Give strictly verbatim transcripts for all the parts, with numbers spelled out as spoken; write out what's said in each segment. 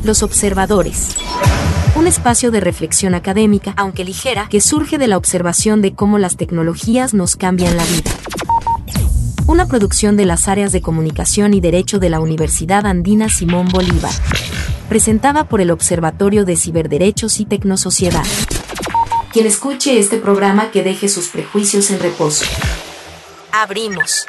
Los Observadores. Un espacio de reflexión académica, aunque ligera, que surge de la observación de cómo las tecnologías nos cambian la vida. Una producción de las áreas de Comunicación y Derecho de la Universidad Andina Simón Bolívar. Presentada por el Observatorio de Ciberderechos y Tecnosociedad. Quien escuche este programa que deje sus prejuicios en reposo. Abrimos.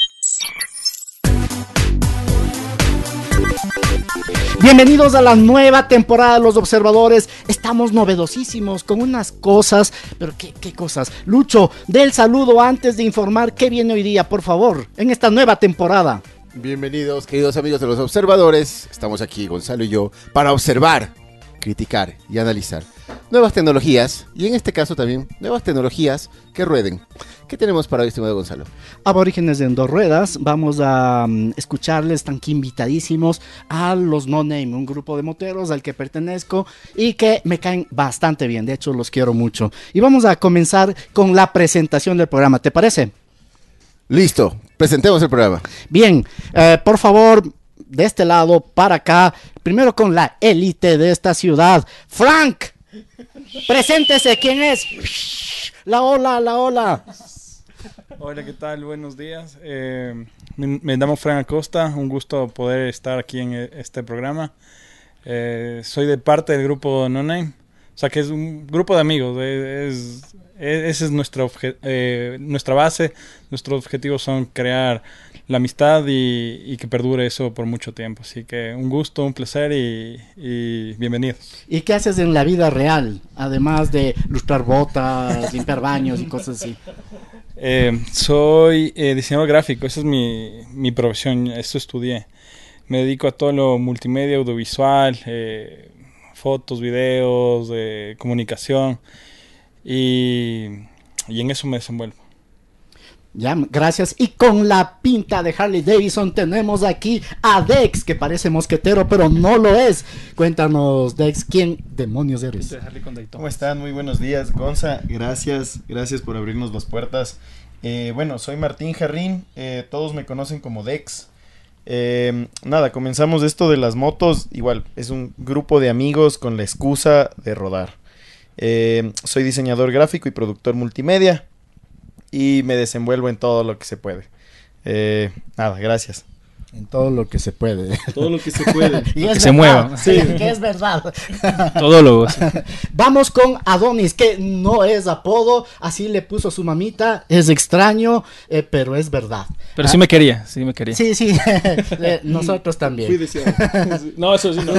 Bienvenidos a la nueva temporada de Los Observadores. Estamos novedosísimos con unas cosas, pero ¿qué, qué cosas? Lucho, dé el saludo antes de informar qué viene hoy día, por favor, en esta nueva temporada. Bienvenidos, queridos amigos de Los Observadores. Estamos aquí, Gonzalo y yo, para observar, criticar y analizar nuevas tecnologías, y en este caso también nuevas tecnologías que rueden. ¿Qué tenemos para hoy, estimado Gonzalo? Aborígenes en dos ruedas. Vamos a um, escucharles, están aquí invitadísimos a los No Name, un grupo de moteros al que pertenezco y que me caen bastante bien, de hecho los quiero mucho. Y vamos a comenzar con la presentación del programa, ¿te parece? Listo, presentemos el programa. Bien, eh, por favor, de este lado para acá, primero con la élite de esta ciudad, Frank. Preséntese, ¿quién es? La ola, la ola. Hola, ¿qué tal? Buenos días. Eh, me, me llamo Frank Acosta, un gusto poder estar aquí en este programa. Eh, soy de parte del grupo No Name, o sea que es un grupo de amigos. Eh, es, es, esa es nuestra, obje, eh, nuestra base. Nuestros objetivos son crear la amistad y, y que perdure eso por mucho tiempo. Así que un gusto, un placer y, y bienvenidos. ¿Y qué haces en la vida real? Además de lustrar botas, limpiar baños y cosas así. Eh, soy eh, diseñador gráfico, esa es mi, mi profesión, eso estudié. Me dedico a todo lo multimedia, audiovisual, eh, fotos, videos, eh, comunicación y, y en eso me desenvuelvo. Ya, gracias. Y con la pinta de Harley Davidson tenemos aquí a Dex, que parece mosquetero, pero no lo es. Cuéntanos, Dex, ¿quién demonios eres? ¿Cómo están? Muy buenos días, Gonza. Gracias, gracias por abrirnos las puertas. Eh, bueno, soy Martín Jarrín, eh, todos me conocen como Dex. Eh, nada, comenzamos esto de las motos. Igual, es un grupo de amigos con la excusa de rodar. Eh, soy diseñador gráfico y productor multimedia. Y me desenvuelvo en todo lo que se puede. Eh, nada, gracias. En todo lo que se puede. Todo lo que se puede. Y que es se mueva. Sí, que es verdad. Todólogos. Vamos con Adonis, que no es apodo, así le puso su mamita. Es extraño, eh, pero es verdad. Pero sí me quería, sí me quería. Sí, sí, eh, nosotros también. Fui deseado. No, eso sí no.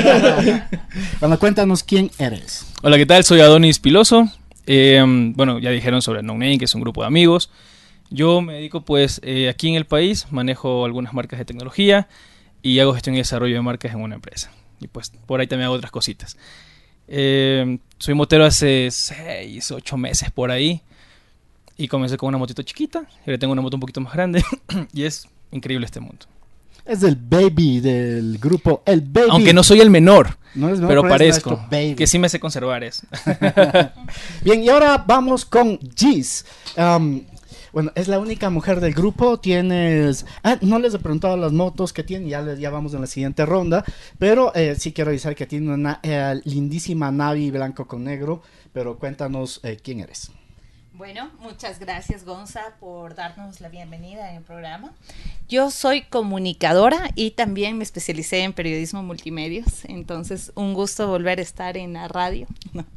Bueno, cuéntanos quién eres. Hola, ¿qué tal? Soy Adonis Piloso. Eh, bueno, ya dijeron sobre No Name, que es un grupo de amigos. Yo me dedico pues eh, aquí en el país, manejo algunas marcas de tecnología y hago gestión y desarrollo de marcas en una empresa. Y pues por ahí también hago otras cositas. Eh, soy motero hace seis, ocho meses por ahí. Y comencé con una motito chiquita. Ahora tengo una moto un poquito más grande. Y es increíble este mundo. Es el baby del grupo, el baby. Aunque no soy el menor, no es, no, pero, pero parezco que sí me sé conservar eso. Bien, y ahora vamos con Giz. Um, bueno, es la única mujer del grupo. Tienes... Ah, no les he preguntado las motos que tiene, ya, les, ya vamos en la siguiente ronda. Pero eh, sí quiero avisar que tiene una eh, lindísima Navi blanco con negro. Pero cuéntanos eh, quién eres. Bueno, muchas gracias, Gonza, por darnos la bienvenida en el programa. Yo soy comunicadora y también me especialicé en periodismo multimedios, entonces un gusto volver a estar en la radio.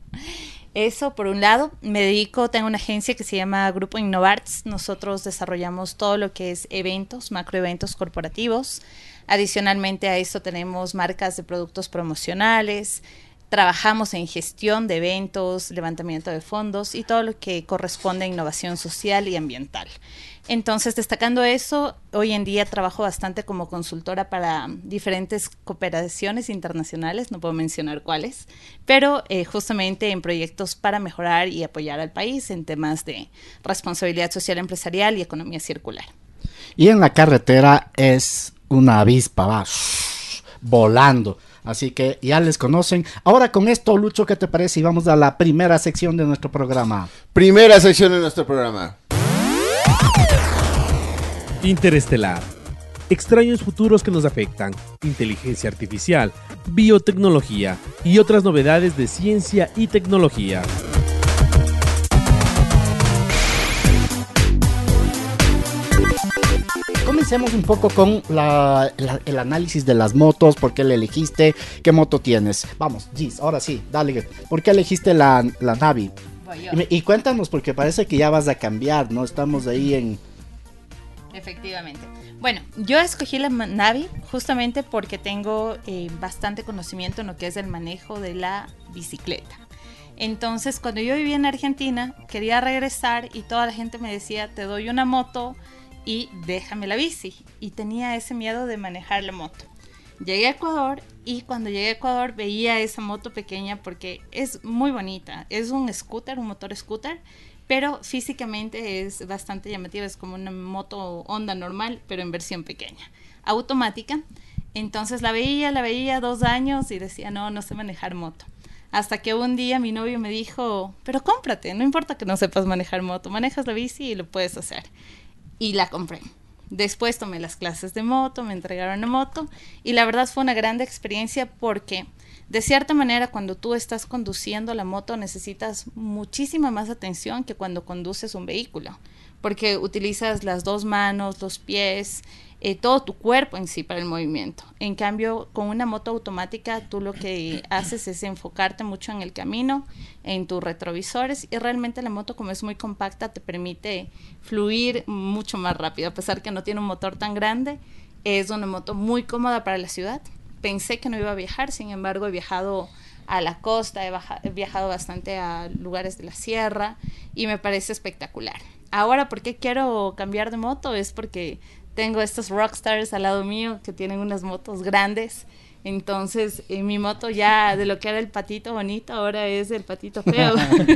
Eso por un lado. Me dedico, tengo una agencia que se llama Grupo Innovarts. Nosotros desarrollamos todo lo que es eventos, macroeventos corporativos. Adicionalmente a eso tenemos marcas de productos promocionales. Trabajamos en gestión de eventos, levantamiento de fondos y todo lo que corresponde a innovación social y ambiental. Entonces, destacando eso, hoy en día trabajo bastante como consultora para diferentes cooperaciones internacionales, no puedo mencionar cuáles, pero eh, justamente en proyectos para mejorar y apoyar al país en temas de responsabilidad social empresarial y economía circular. Y en la carretera es una avispa, va volando. Así que ya les conocen. Ahora con esto, Lucho, ¿qué te parece? Y vamos a la primera sección de nuestro programa. Primera sección de nuestro programa. Interestelar. extraños futuros que nos afectan, inteligencia artificial, biotecnología y otras novedades de ciencia y tecnología. Comencemos un poco con la, la, el análisis de las motos, por qué la elegiste, qué moto tienes. Vamos, Gis, ahora sí, dale. ¿Por qué elegiste la, la Navi? Y, y cuéntanos, porque parece que ya vas a cambiar, ¿no? Estamos ahí en... Efectivamente. Bueno, yo escogí la Navi justamente porque tengo eh, bastante conocimiento en lo que es el manejo de la bicicleta. Entonces, cuando yo vivía en Argentina, quería regresar y toda la gente me decía, te doy una moto y déjame la bici. Y tenía ese miedo de manejar la moto. Llegué a Ecuador y cuando llegué a Ecuador veía esa moto pequeña porque es muy bonita. Es un scooter, un motor scooter, pero físicamente es bastante llamativa. Es como una moto Honda normal, pero en versión pequeña, automática. Entonces la veía, la veía dos años y decía, no, no sé manejar moto. Hasta que un día mi novio me dijo, pero cómprate, no importa que no sepas manejar moto, manejas la bici y lo puedes hacer. Y la compré. Después tomé las clases de moto, me entregaron la moto y la verdad fue una gran experiencia porque de cierta manera cuando tú estás conduciendo la moto necesitas muchísima más atención que cuando conduces un vehículo, porque utilizas las dos manos, los pies, eh, todo tu cuerpo en sí para el movimiento. En cambio, con una moto automática tú lo que haces es enfocarte mucho en el camino, en tus retrovisores y realmente la moto, como es muy compacta, te permite fluir mucho más rápido. A pesar que no tiene un motor tan grande, es una moto muy cómoda para la ciudad. Pensé que no iba a viajar, sin embargo he viajado a la costa, he, baja, he viajado bastante a lugares de la sierra y me parece espectacular. Ahora, ¿por qué quiero cambiar de moto? Es porque tengo estos rockstars al lado mío que tienen unas motos grandes. Entonces, en mi moto ya de lo que era el patito bonito, ahora es el patito feo.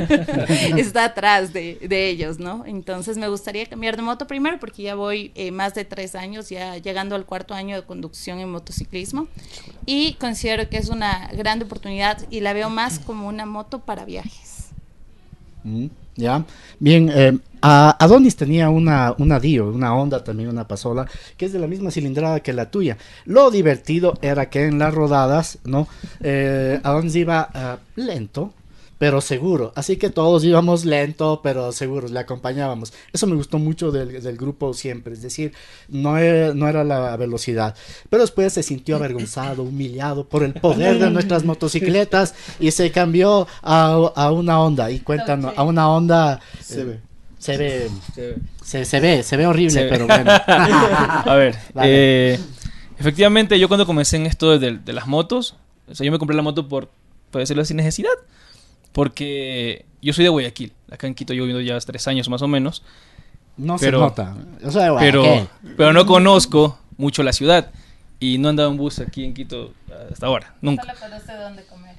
Está atrás de, de ellos, ¿no? Entonces, me gustaría cambiar de moto primero porque ya voy eh, más de tres años, ya llegando al cuarto año de conducción en motociclismo. Y considero que es una gran oportunidad y la veo más como una moto para viajes. Mm, ya, bien. Eh, a Adonis tenía una, una Dio, una Honda también, una Pasola, que es de la misma cilindrada que la tuya. Lo divertido era que en las rodadas, ¿no? Eh, Adonis iba uh, lento, pero seguro. Así que todos íbamos lento, pero seguros, le acompañábamos. Eso me gustó mucho del, del grupo siempre, es decir, no era, no era la velocidad. Pero después se sintió avergonzado, humillado por el poder de nuestras motocicletas y se cambió a, a una Honda. Y cuéntanos, a una Honda... Se ve. Se ve, se ve, se, se ve, se ve horrible, se pero ve. Bueno. A ver, eh, efectivamente yo cuando comencé en esto de, de las motos, o sea, yo me compré la moto por, por decirlo sin necesidad, porque yo soy de Guayaquil, acá en Quito yo viviendo ya tres años más o menos. No pero, se nota. O sea, pero, pero no conozco mucho la ciudad y no he andado en bus aquí en Quito hasta ahora, nunca. Solo conoce dónde comer.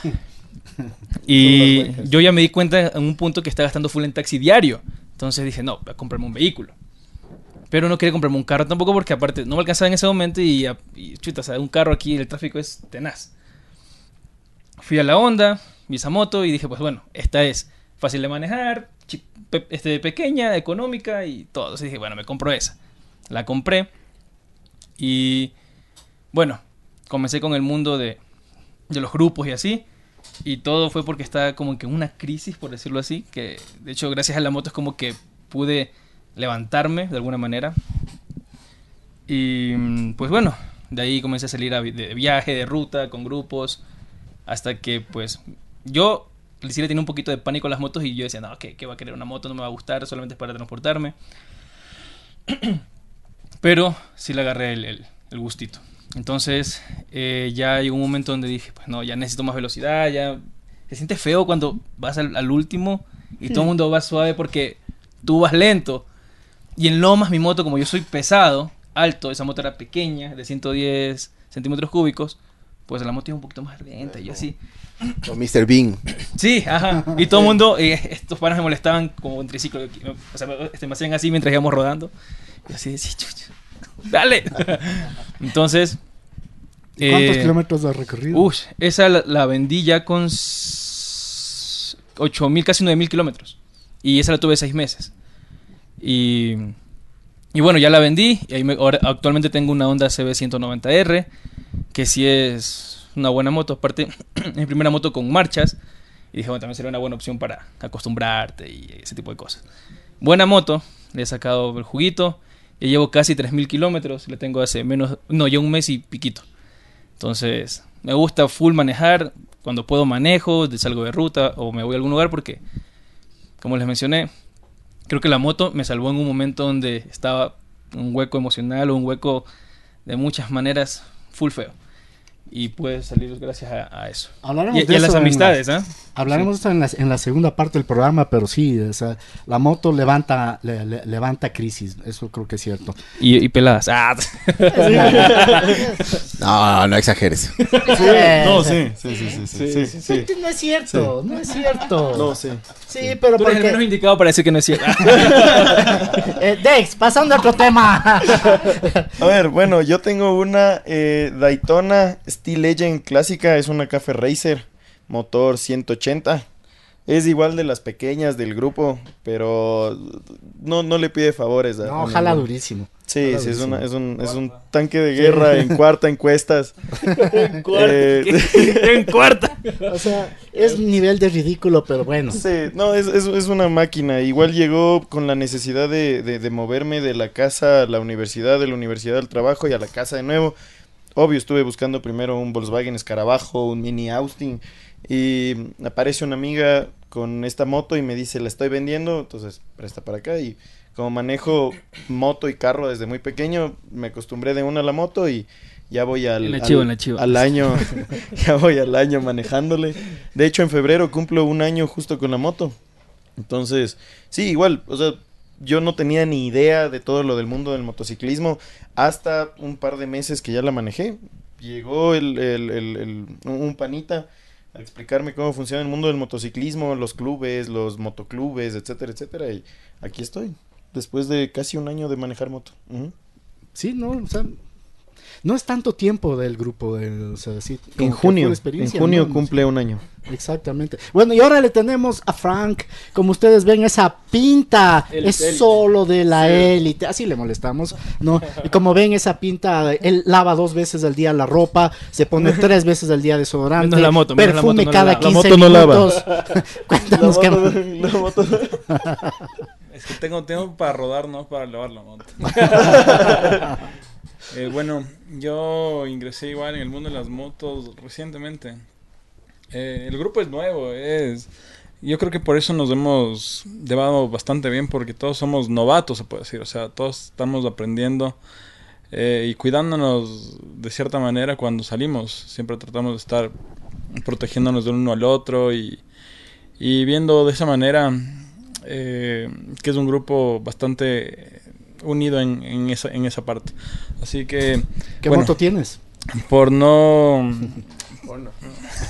Y yo ya me di cuenta en un punto que estaba gastando full en taxi diario. Entonces dije, no, voy a comprarme un vehículo. Pero no quería comprarme un carro tampoco porque aparte no me alcanzaba en ese momento y, y chuta, o sea, un carro aquí, el tráfico es tenaz. Fui a la Honda, vi esa moto y dije, pues bueno, esta es fácil de manejar, pe este, pequeña, económica y todo. Entonces dije, bueno, me compro esa. La compré y bueno, comencé con el mundo de, de los grupos y así. Y todo fue porque estaba como que en una crisis, por decirlo así, que de hecho gracias a la moto es como que pude levantarme de alguna manera. Y pues bueno, de ahí comencé a salir a vi de viaje, de ruta, con grupos, hasta que pues yo sí le tenía un poquito de pánico a las motos y yo decía, no, ¿qué, qué va a querer una moto? No me va a gustar, solamente es para transportarme. Pero sí le agarré el, el, el gustito. Entonces eh, ya llegó un momento donde dije, pues no, ya necesito más velocidad, ya se siente feo cuando vas al, al último y sí. Todo el mundo va suave porque tú vas lento. Y en lomas mi moto, como yo soy pesado, alto, esa moto era pequeña, de ciento diez centímetros cúbicos, pues la moto iba un poquito más lenta y yo así. O mister Bean. Sí, ajá. Y todo el mundo, eh, estos panas me molestaban como en triciclo, o sea, me hacían así mientras íbamos rodando. Y así decía, chucha, dale. Entonces... ¿Cuántos eh, kilómetros has recorrido? Uy, esa la, la vendí ya con ocho mil, casi nueve mil kilómetros. Y esa la tuve seis meses. Y Y bueno, ya la vendí. Y ahí me, ahora, actualmente tengo una Honda C B ciento noventa R, que sí es una buena moto. Aparte, es mi primera moto con marchas. Y dije, bueno, también sería una buena opción para acostumbrarte y ese tipo de cosas. Buena moto, le he sacado el juguito. Ya llevo casi tres mil kilómetros. Le tengo hace menos, no, ya un mes y piquito. Entonces, me gusta full manejar. Cuando puedo manejo, salgo de ruta o me voy a algún lugar porque, como les mencioné, creo que la moto me salvó en un momento donde estaba un hueco emocional o un hueco de muchas maneras full feo. Y puede salir gracias a, a eso. Hablaremos Y, de y a eso las en amistades, la- ¿eh? Hablaremos de eso en la, en la segunda parte del programa, pero sí, o sea, la moto levanta le- le- levanta crisis, eso creo que es cierto. Y, y peladas. Ah. No, no exageres. Eh, No, sí, sí, sí, sí, sí, sí, sí. No es cierto, no es cierto. No, sí. Sí, pero Tú eres el menos porque... indicado para decir que no es cierto. Eh, Dex, pasando a otro tema. A ver, bueno, yo tengo una eh, Daytona Steel Legend clásica, es una Cafe Racer, motor ciento ochenta. Es igual de las pequeñas del grupo, pero no, no le pide favores. a- No, a ojalá ninguno. durísimo. Sí, Jala sí, es, durísimo. una, es, un, es un tanque de guerra en cuarta encuestas. En cuarta. Eh, En cuarta. O sea, es nivel de ridículo, pero bueno. Sí, no, es, es, es una máquina. Igual llegó con la necesidad de, de, de moverme de la casa a la universidad, de la universidad al trabajo y a la casa de nuevo. Obvio, estuve buscando primero un Volkswagen Escarabajo, un Mini Austin, y aparece una amiga con esta moto y me dice, la estoy vendiendo, entonces presta para acá. Y como manejo moto y carro desde muy pequeño, me acostumbré de una a la moto y ya voy al, En la al- chiva, en la chiva. al año, ya voy al año manejándole. De hecho, en febrero cumplo un año justo con la moto. Entonces, sí, igual, o sea, yo no tenía ni idea de todo lo del mundo del motociclismo hasta un par de meses que ya la manejé. Llegó el, el- el- el- un panita a explicarme cómo funciona el mundo del motociclismo, los clubes, los motoclubes, etcétera, etcétera. Y aquí estoy, después de casi un año de manejar moto. Ujú. Sí, no, o sea, no es tanto tiempo del grupo, del- o sea, sí, como En que junio, full en experiencia, junio ¿no? cumple un año. Exactamente. Bueno, y ahora le tenemos a Frank. Como ustedes ven, esa pinta El es élite. solo de la élite. Así le molestamos, ¿no? Y como ven, esa pinta, él lava dos veces al día la ropa, se pone tres veces al día desodorante, Menos la moto, menos la perfume moto no la cada lava. La quince moto no lava. minutos. Cuéntanos qué. La moto- Es que tengo tiempo para rodar, no para lavar la moto. Eh, bueno, yo ingresé igual en el mundo de las motos recientemente. Eh, el grupo es nuevo, es... Yo creo que por eso nos hemos llevado bastante bien, porque todos somos novatos, se puede decir. O sea, todos estamos aprendiendo eh, y cuidándonos de cierta manera cuando salimos. Siempre tratamos de estar protegiéndonos del uno al otro y, y viendo de esa manera eh, que es un grupo bastante unido en, en, esa, en esa parte. Así que, ¿Qué bueno, moto tienes? por no... Por no.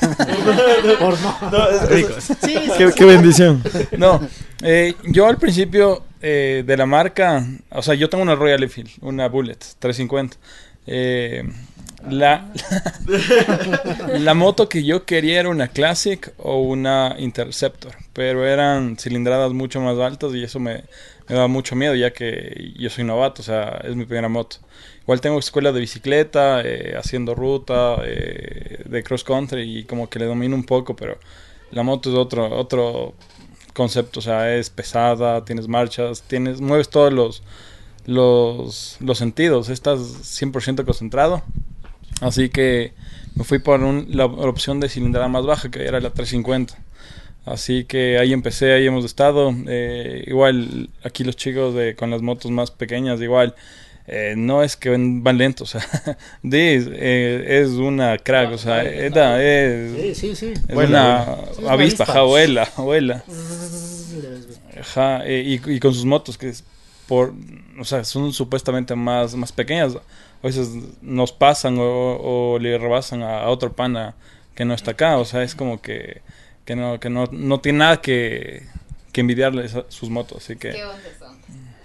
Sí, qué, qué bendición. No, eh, yo al principio eh, de la marca, o sea, yo tengo una Royal Enfield, una Bullet trescientos cincuenta. Eh, la, la moto que yo quería era una Classic o una Interceptor, pero eran cilindradas mucho más altas y eso me, me daba mucho miedo, ya que yo soy novato, o sea, es mi primera moto. Igual tengo escuela de bicicleta, eh, haciendo ruta, eh, de cross country y como que le domino un poco, pero la moto es otro otro concepto, o sea, es pesada, tienes marchas, tienes mueves todos los los, los sentidos, estás cien por ciento concentrado. Así que me fui por un, la, la opción de cilindrada más baja, que era la trescientos cincuenta. Así que ahí empecé, ahí hemos estado. Eh, igual aquí los chicos de, con las motos más pequeñas, igual, eh, no es que van, van lentos, o sea, Diz, eh, es una crack, o sea, es, es, Sí, sí, sí. es Vuela, una Sí, es una avispa, avispa. ajá, vuela, vuela. Ajá, eh, y, y con sus motos que es por, o sea, son supuestamente más, más pequeñas, a veces nos pasan o, o le rebasan a, a otro pana que no está acá, o sea, es como que, que no, que no, no tiene nada que, que envidiarles a sus motos, así que ¿Qué onda son?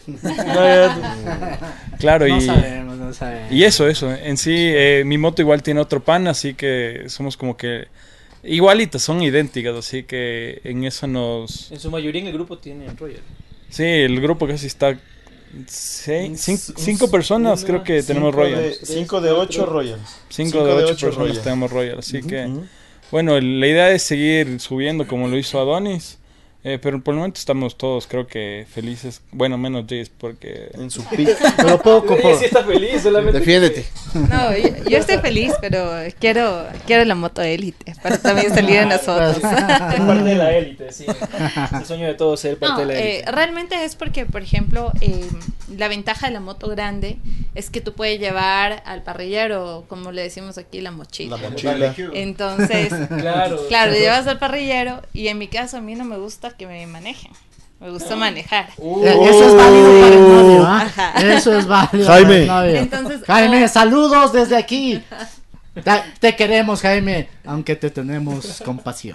claro, No y, sabemos, no sabemos. y eso, eso, en sí, eh, mi moto igual tiene otro pana, así que somos como que igualitas, son idénticas, así que en eso nos... En su mayoría en el grupo tienen Royal. Sí, el grupo casi está Sí, cinco, cinco personas creo que tenemos Royals. cinco de ocho Royals. cinco de ocho personas Royals. tenemos Royals. Así uh-huh. que, uh-huh. bueno, la idea es seguir subiendo como lo hizo Adonis. Eh, pero por el momento estamos todos, creo que felices. Bueno, menos Jace, porque... En su pico. Pero poco, poco. Sí está feliz, solamente... Defiéndete. No, yo, yo estoy feliz, pero quiero quiero la moto élite para también salir en las fotos. Es parte de la élite, sí. Es el sueño de todos ser parte no, de la élite. Eh, realmente es porque, por ejemplo, eh, la ventaja de la moto grande es que tú puedes llevar al parrillero, como le decimos aquí, la mochila. La mochila. Entonces, claro, claro, le llevas al parrillero y en mi caso a mí no me gusta que me manejen. Me gusta manejar. Uh, Eso es válido para el novio, ¿ah? ¿eh? Eso es válido Jaime. para el novio. Entonces, Jaime, oh. saludos desde aquí. Te, te queremos, Jaime, aunque te tenemos compasión.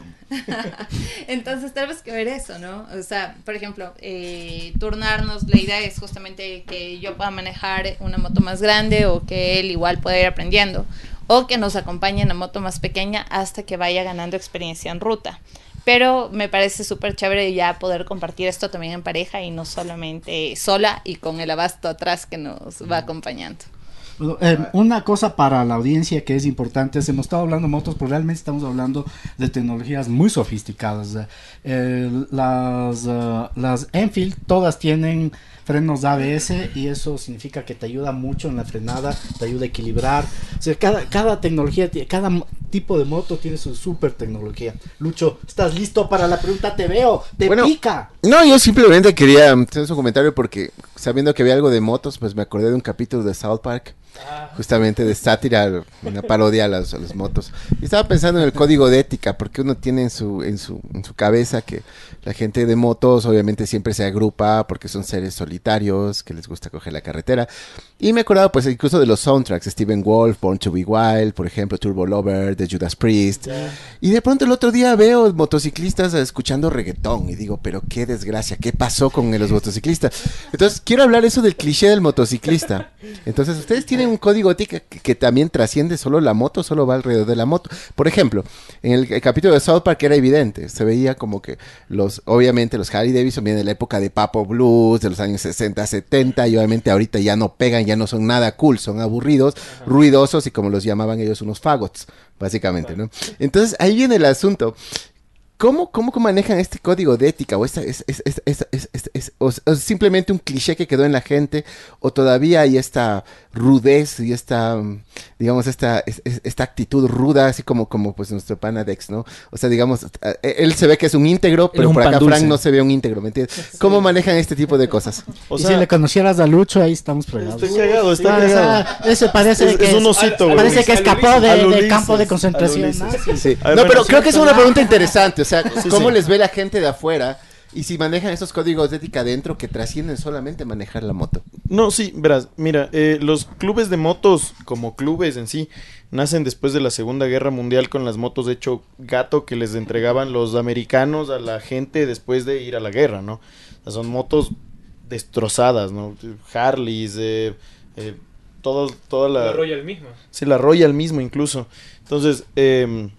Entonces tenemos que ver eso, ¿no? O sea, por ejemplo, eh, turnarnos, la idea es justamente que yo pueda manejar una moto más grande o que él igual pueda ir aprendiendo, o que nos acompañe en la moto más pequeña hasta que vaya ganando experiencia en ruta. Pero me parece súper chévere ya poder compartir esto también en pareja y no solamente sola y con el abasto atrás que nos va acompañando. Bueno, eh, una cosa para la audiencia que es importante es, hemos estado hablando de motos, pero realmente estamos hablando de tecnologías muy sofisticadas. Eh, las, uh, las Enfield todas tienen frenos A B S y eso significa que te ayuda mucho en la frenada, te ayuda a equilibrar. O sea, cada, cada tecnología, cada tipo de moto tiene su super tecnología. Lucho, ¿estás listo para la pregunta? Te veo, te bueno, pica. No, yo simplemente quería hacer un comentario porque sabiendo que había algo de motos, pues me acordé de un capítulo de South Park. Justamente de sátira, una parodia a las, a las motos. Y estaba pensando en el código de ética, porque uno tiene en su, en su, en su cabeza que la gente de motos obviamente siempre se agrupa porque son seres solitarios, que les gusta coger la carretera. Y me acordaba pues incluso de los soundtracks, Stephen Wolf, Born to Be Wild, por ejemplo, Turbo Lover, de Judas Priest. Yeah. Y de pronto el otro día veo motociclistas escuchando reggaetón y digo, pero qué desgracia, ¿qué pasó con los motociclistas? Entonces quiero hablar eso del cliché del motociclista. Entonces ustedes tienen un código ético que, que también trasciende solo la moto, solo va alrededor de la moto. Por ejemplo, en el, el capítulo de South Park era evidente, se veía como que los, obviamente los Harley Davidson vienen de la época de Papo Blues, de los años sesenta, setenta, y obviamente ahorita ya no pegan, ya no son nada cool, son aburridos, ajá, ruidosos y como los llamaban ellos unos fagots, básicamente, ¿no? Entonces ahí viene el asunto. ¿Cómo, cómo manejan este código de ética? ¿O es, es, es, es, es, es, es, es o, o simplemente un cliché que quedó en la gente? ¿O todavía hay esta rudez y esta, digamos, esta, es, esta actitud ruda, así como, como pues nuestro pana Dex, ¿no? O sea, digamos, él se ve que es un íntegro, pero por acá Frank no se ve un íntegro, ¿me entiendes? Sí. ¿Cómo manejan este tipo de cosas? O sea, y si le conocieras a Lucho, ahí estamos fregados. Estoy cagado, estoy ah, cagado. Ese parece es, que es un osito, güey. Parece que escapó de, del campo de concentración. ¿No? Sí. Sí. Ver, no, pero creo que es una pregunta interesante. O sea, sí, ¿cómo sí. les ve la gente de afuera? Y si manejan esos códigos de ética dentro que trascienden solamente manejar la moto. No, sí, verás, mira, eh, los clubes de motos, como clubes en sí, nacen después de la Segunda Guerra Mundial con las motos de hecho gato que les entregaban los americanos a la gente después de ir a la guerra, ¿no? O sea, son motos destrozadas, ¿no? Harleys, eh, eh, todo, toda la... La Royal misma. Sí, la Royal mismo incluso. Entonces, eh,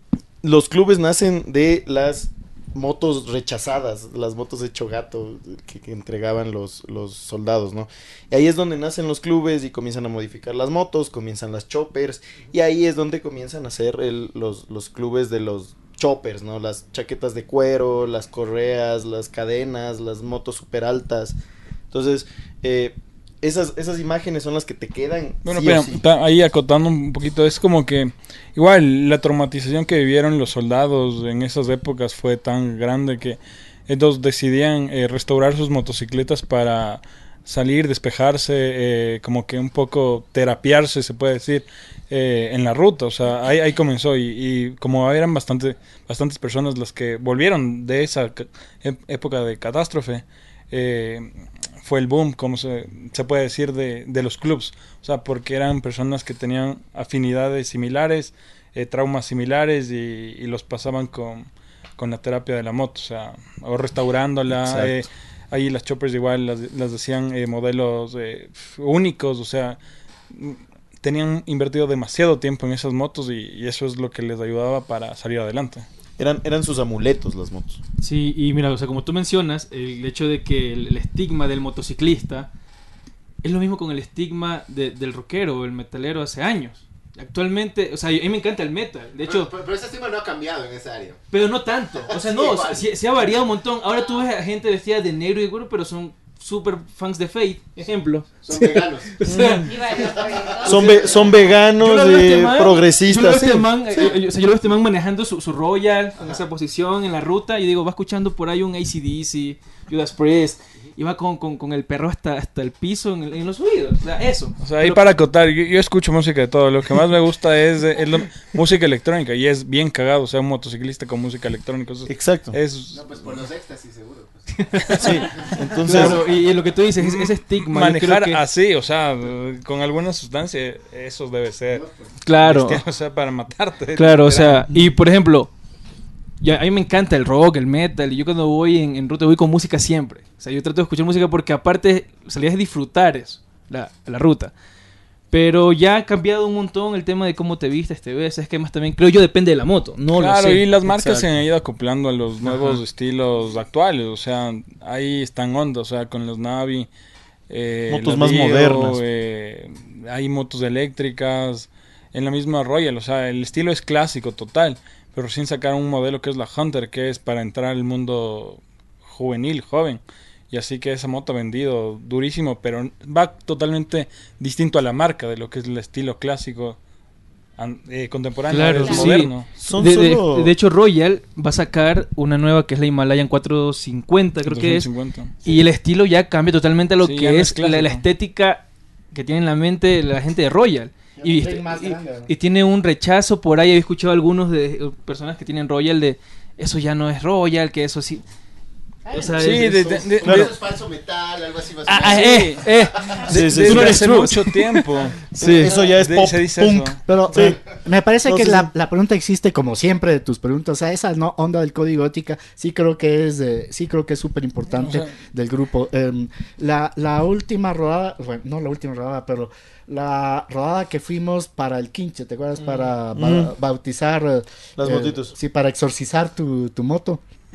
los clubes nacen de las motos rechazadas, las motos hecho gato que, que entregaban los, los soldados, ¿no? Y ahí es donde nacen los clubes y comienzan a modificar las motos, comienzan las choppers, y ahí es donde comienzan a hacer el, los, los clubes de los choppers, ¿no? Las chaquetas de cuero, las correas, las cadenas, las motos super altas. Entonces, eh, esas, esas imágenes son las que te quedan. Bueno, sí pero sí. ahí acotando un poquito, es como que igual la traumatización que vivieron los soldados en esas épocas fue tan grande que ellos decidían eh, restaurar sus motocicletas para salir, despejarse, eh, como que un poco terapiarse, se puede decir, eh, en la ruta. O sea, ahí, ahí comenzó y, y como eran bastante, bastantes personas las que volvieron de esa época de catástrofe, eh, fue el boom, como se, se puede decir, de, de los clubs. O sea, porque eran personas que tenían afinidades similares, eh, traumas similares y, y los pasaban con, con la terapia de la moto, o sea, o restaurándola. Eh, ahí las choppers igual las, las decían eh, modelos eh, únicos, o sea, tenían invertido demasiado tiempo en esas motos y, y eso es lo que les ayudaba para salir adelante. Eran, eran sus amuletos las motos. Sí, y mira, o sea, como tú mencionas, el hecho de que el, el estigma del motociclista es lo mismo con el estigma de, del rockero o el metalero hace años. Actualmente, o sea, a mí me encanta el metal. De hecho, pero, pero ese estigma no ha cambiado en esa área. pero no tanto. O sea, no, sí, se ha variado un montón. Ahora tú ves a gente vestida de negro y de güero, pero son super fans de Fate, ejemplo. Son veganos. O sea, Son, ve- son veganos, yo lo veo a este eh, man- progresistas. Yo lo veo a este sí. man, eh, yo, o sea, yo lo veo a este man manejando su, su Royal en esa posición en la ruta y digo, va escuchando por ahí un A C D C, Judas Priest, y va con, con, con el perro hasta, hasta el piso en, el- en los oídos. O sea, eso. O sea, ahí Pero- para acotar, yo, yo escucho música de todo. Lo que más me gusta es, es la música electrónica y es bien cagado. O sea, un motociclista con música electrónica. Eso Exacto. es No, pues por los éxtasis, seguro. Pues. Sí. Entonces, Claro, y, y lo que tú dices, es- ese estigma. yo manejar creo que- así, o sea, con alguna sustancia, eso debe ser. Claro. bestial, o sea, para matarte. Claro, o sea, y por ejemplo, ya, a mí me encanta el rock, el metal, y yo cuando voy en, en ruta voy con música siempre. O sea, yo trato de escuchar música porque aparte, o sea, la idea es disfrutar eso, la, la ruta. Pero ya ha cambiado un montón el tema de cómo te vistes, te ves, es que más también, creo yo, depende de la moto, no Claro, lo sé. y las marcas se Exacto. han ido acoplando a los nuevos estilos actuales, o sea, ahí están ondas, o sea, con los Navi, eh, Motos la más Dio, modernas. eh, hay motos eléctricas, en la misma Royal, o sea, el estilo es clásico total, pero recién sacaron un modelo que es la Hunter, que es para entrar al mundo juvenil, joven. Y así que esa moto ha vendido durísimo, pero va totalmente distinto a la marca de lo que es el estilo clásico an- eh, contemporáneo, Claro, es sí. moderno. son de, de- solo... de hecho, Royal va a sacar una nueva que es la Himalayan cuatrocientos cincuenta, creo que es. doscientos cincuenta. Y el estilo ya cambia totalmente a lo Sí, que ya no es, es la, la clásico. estética que tiene en la mente la gente de Royal. Y, un y- ring más y- grande, ¿no? y tiene un rechazo por ahí. He escuchado algunos de eh, personas que tienen Royal de eso ya no es Royal, que eso sí. O sea, Sí, es- de, es- de, de- Claro. Eso es falso metal, algo así. Más Ah, o ah, menos. eh, eh. Sí, sí, desde sí. no eres hace true. mucho tiempo. Sí, eso ya es De- pop se dice punk. eso. Pero Sí. eh, me parece No, que sí, la, sí. la pregunta existe como siempre de tus preguntas. O sea, esa no onda del código ética sí creo que es eh, sí creo que es súper importante O sea- del grupo. Em, la, la última rodada, bueno, no la última rodada, pero la rodada que fuimos para el quinche, ¿te acuerdas? Para ba- Mm. bautizar eh, Las eh, motitos. Sí, para exorcizar tu, tu moto.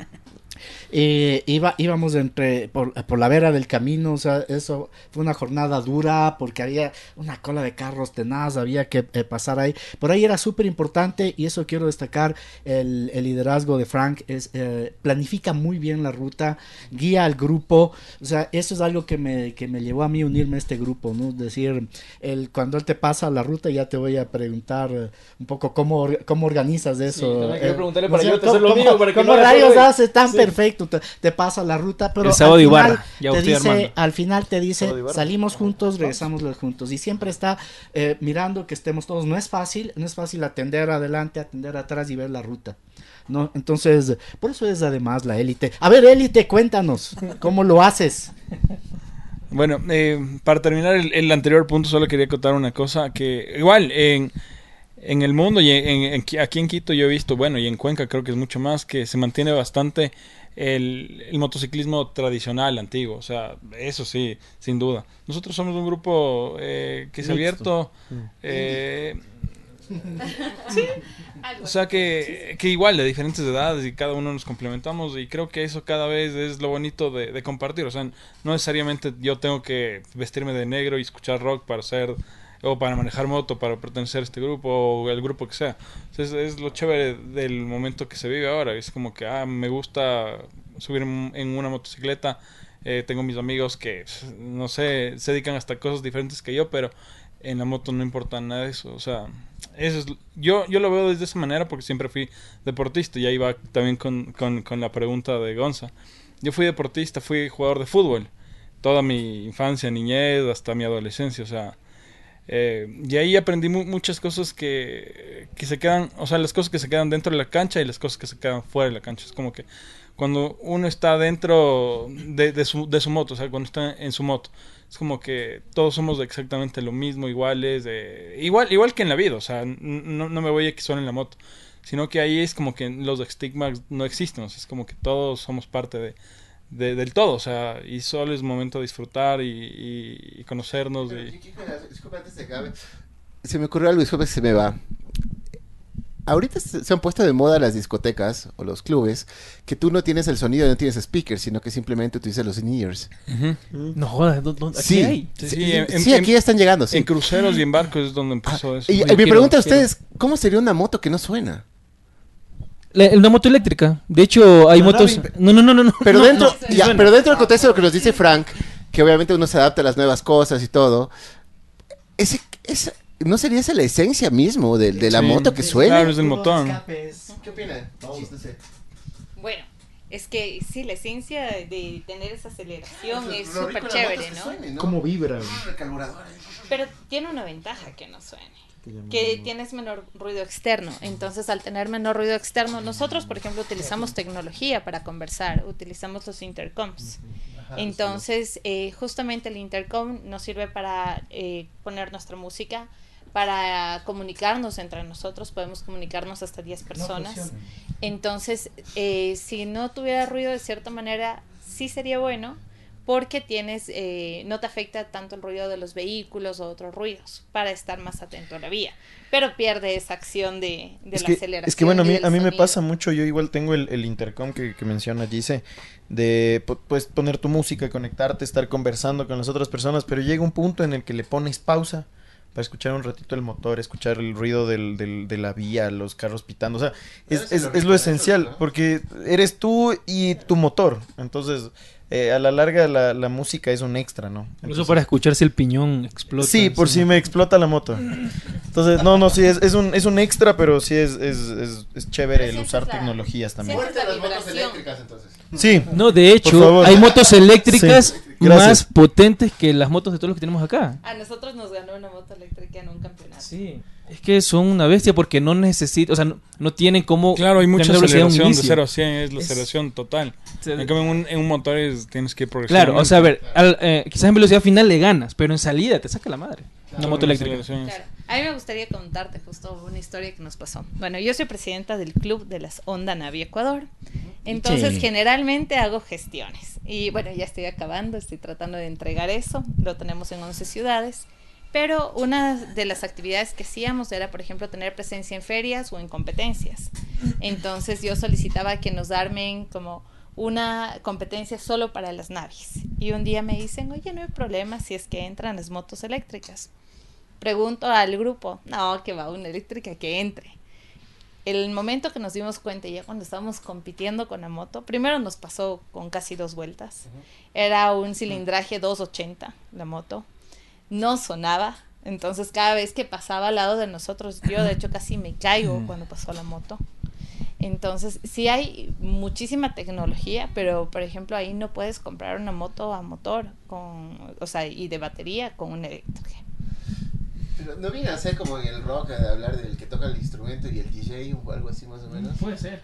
Eh, iba, íbamos entre por, por la vera del camino, o sea, eso fue una jornada dura porque había una cola de carros tenaz, había que eh, pasar ahí. Por ahí era súper importante y eso quiero destacar, el, el liderazgo de Frank, es eh, planifica muy bien la ruta, guía al grupo, o sea, eso es algo que me, que me llevó a mí a unirme a este grupo, ¿no? Es decir, el, cuando él te pasa la ruta ya te voy a preguntar eh, un poco cómo, or- cómo organizas eso. también quiero eh, preguntarle ¿no para es yo cierto? hacer lo ¿Cómo- mío, para que cómo no haga rayos solo él? haces tan Sí. perfecto? Te, te pasa la ruta, pero El sábado al de final Ibarra, ya te estoy dice, armando. al final te dice, Sábado de Ibarra. salimos juntos, regresamos los juntos. Y siempre está eh, mirando que estemos todos. No es fácil, no es fácil atender adelante, atender atrás y ver la ruta. ¿No? Entonces, por eso es además la élite. A ver, élite, cuéntanos, ¿cómo lo haces? Bueno, eh, para terminar el, el anterior punto, solo quería contar una cosa que igual en, en el mundo y en, en- en- aquí en Quito yo he visto, bueno, y en Cuenca creo que es mucho más, que se mantiene bastante el, el motociclismo tradicional, antiguo, o sea, eso sí, sin duda. Nosotros somos un grupo eh, que se ha abierto... eh, O sea que, que igual de diferentes edades y cada uno nos complementamos y creo que eso cada vez es lo bonito de, de compartir. O sea, no necesariamente yo tengo que vestirme de negro y escuchar rock para ser o para manejar moto, para pertenecer a este grupo o el grupo que sea. O sea, es, es lo chévere del momento que se vive ahora. Es como que, ah, me gusta subir en, en una motocicleta. Eh, tengo mis amigos que, no sé, se dedican hasta a cosas diferentes que yo, pero en la moto no importa nada de eso. O sea, eso es, yo, yo lo veo desde esa manera porque siempre fui deportista y ahí va también con, con, con la pregunta de Gonza. Yo fui deportista, fui jugador de fútbol toda mi infancia, niñez, hasta mi adolescencia, o sea, eh, y ahí aprendí mu muchas cosas que, que se quedan, o sea, las cosas que se quedan dentro de la cancha y las cosas que se quedan fuera de la cancha. Es como que cuando uno está dentro de, de, su, de su moto, o sea, cuando está en su moto, es como que todos somos exactamente lo mismo, iguales, eh, igual, igual que en la vida, o sea, no, no me voy a que solo en la moto, sino que ahí es como que los estigmas no existen, o sea, es como que todos somos parte de, de, del todo, o sea, y solo es momento de disfrutar y, y, y conocernos. Pero, Y... Disculpa, antes de que acabe. Se me ocurrió algo, disculpa que se me va. ahorita se se han puesto de moda las discotecas o los clubes que tú no tienes el sonido, no tienes speakers, sino que simplemente utilizas los in-ears. No jodas, ¿dó- dó- ¿aquí Sí. hay? Sí, Sí, sí, en- sí, en- aquí ya están llegando, sí. En cruceros y en barcos es donde empezó eso. Y, Oye, y mi quiero- pregunta a quiero. ustedes, ¿cómo sería una moto que no suena? La- una moto eléctrica. De hecho, hay Una motos... nave. No, no, no, no. no. Pero No, dentro, no, ya, suena. pero dentro del contexto de lo que nos dice Frank, que obviamente uno se adapta a las nuevas cosas y todo, ese, esa- ¿no sería esa la esencia mismo de, de la Sí. moto que suena? Claro, es del motor. ¿Qué opinan? Bueno, es que sí, la esencia de tener esa aceleración es súper chévere, ¿no? ¿Cómo vibra? güey? Pero tiene una ventaja que no suene, que tienes menor ruido externo. Entonces, al tener menor ruido externo, nosotros, por ejemplo, utilizamos tecnología para conversar, utilizamos los intercoms. Entonces, eh, justamente el intercom nos sirve para eh, poner nuestra música, para comunicarnos entre nosotros, podemos comunicarnos hasta diez personas. Entonces, eh, si no tuviera ruido de cierta manera, sí sería bueno, porque tienes, eh, no te afecta tanto el ruido de los vehículos o otros ruidos, para estar más atento a la vía. Pero pierde esa acción de, de Es la que, aceleración. es que bueno, a y mí, del a mí me sonido. pasa mucho, yo igual tengo el, el intercom que, que menciona Gise, de po- pues poner tu música, conectarte, estar conversando con las otras personas, pero llega un punto en el que le pones pausa para escuchar un ratito el motor, escuchar el ruido del, del- de la vía, los carros pitando, o sea, es, es, es lo esencial, porque eres tú y tu motor, entonces eh, a la larga la, la música es un extra, ¿no? Incluso Entonces- para escuchar si el piñón explota. Sí, por si me explota la moto. Entonces, no, no, sí, es, es, un, es un extra, pero sí es, es, es, es chévere Pero el sientes usar la- tecnologías también. sientes la vibración. entonces. Sí, No, de Por hecho, favor. hay motos eléctricas Sí, gracias. más potentes que las motos de todos los que tenemos acá. A nosotros nos ganó una moto eléctrica en un campeonato. Sí. Es que son una bestia porque no necesitan, o sea, no, no tienen como... Claro, hay mucha tener velocidad a un aceleración de inicio. cero a cien, es la Es- aceleración total. Se- En cambio, en un, en un motor es- tienes que ir progresivamente. Claro, o sea, a ver, al- eh, quizás en velocidad final le ganas, pero en salida te saca la madre. Una moto la eléctrica. aceleración es- Claro. A mí me gustaría contarte justo una historia que nos pasó. Bueno, yo soy presidenta del club de las Honda Navi Ecuador. Entonces, Sí. generalmente hago gestiones. Y bueno, ya estoy acabando, estoy tratando de entregar eso. Lo tenemos en once ciudades. Pero una de las actividades que hacíamos era, por ejemplo, tener presencia en ferias o en competencias. Entonces, yo solicitaba que nos armen como una competencia solo para las navis. Y un día me dicen, oye, no hay problema si es que entran las motos eléctricas. Pregunto al grupo, no, que va una eléctrica que entre. El momento que nos dimos cuenta, ya cuando estábamos compitiendo con la moto, primero nos pasó con casi dos vueltas. Era un cilindraje doscientos ochenta la moto. No sonaba, entonces cada vez que pasaba al lado de nosotros, yo de hecho casi me caigo cuando pasó la moto. Entonces, sí hay muchísima tecnología, pero por ejemplo ahí no puedes comprar una moto a motor, con, o sea, y de batería con una eléctrica. Pero no viene a ser como en el rock, a hablar del que toca el instrumento y el D J o algo así más o menos. Puede ser.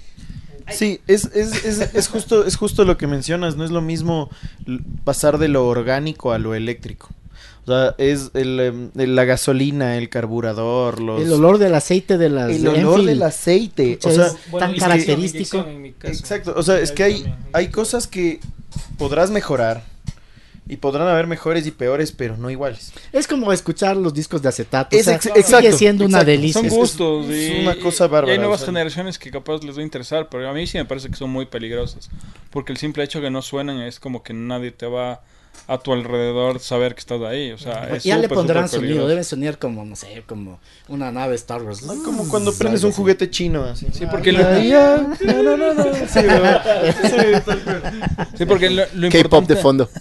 sí, es, es, es, es, justo, es justo lo que mencionas, no es lo mismo l- pasar de lo orgánico a lo eléctrico. O sea, es el, em, el- la gasolina, el carburador, los... El olor del aceite de las el de olor Enfield. del aceite. Pucha, O sea, es tan característico. exacto, o sea, es que hay, hay cosas que podrás mejorar y podrán haber mejores y peores, pero no iguales. Es como escuchar los discos de acetato. Es o sea, ex- sigue exacto, siendo una exacto. delicia. Son Es- gustos. es y, una cosa bárbara, Y hay nuevas o sea. generaciones que capaz les va a interesar, pero a mí sí me parece que son muy peligrosas. Porque el simple hecho que no suenan es como que nadie te va a tu alrededor saber que estás ahí. O sea, es ya le súper, pondrán súper sonido, peligroso. debe sonar como, no sé, como una nave Star Wars. Ay, como cuando prendes un juguete chino, así. Sí, porque lo, Ya, ya. No, no, no, no. Sí, ¿verdad? Sí, tal cual. sí, porque lo, lo K-pop de importante, fondo.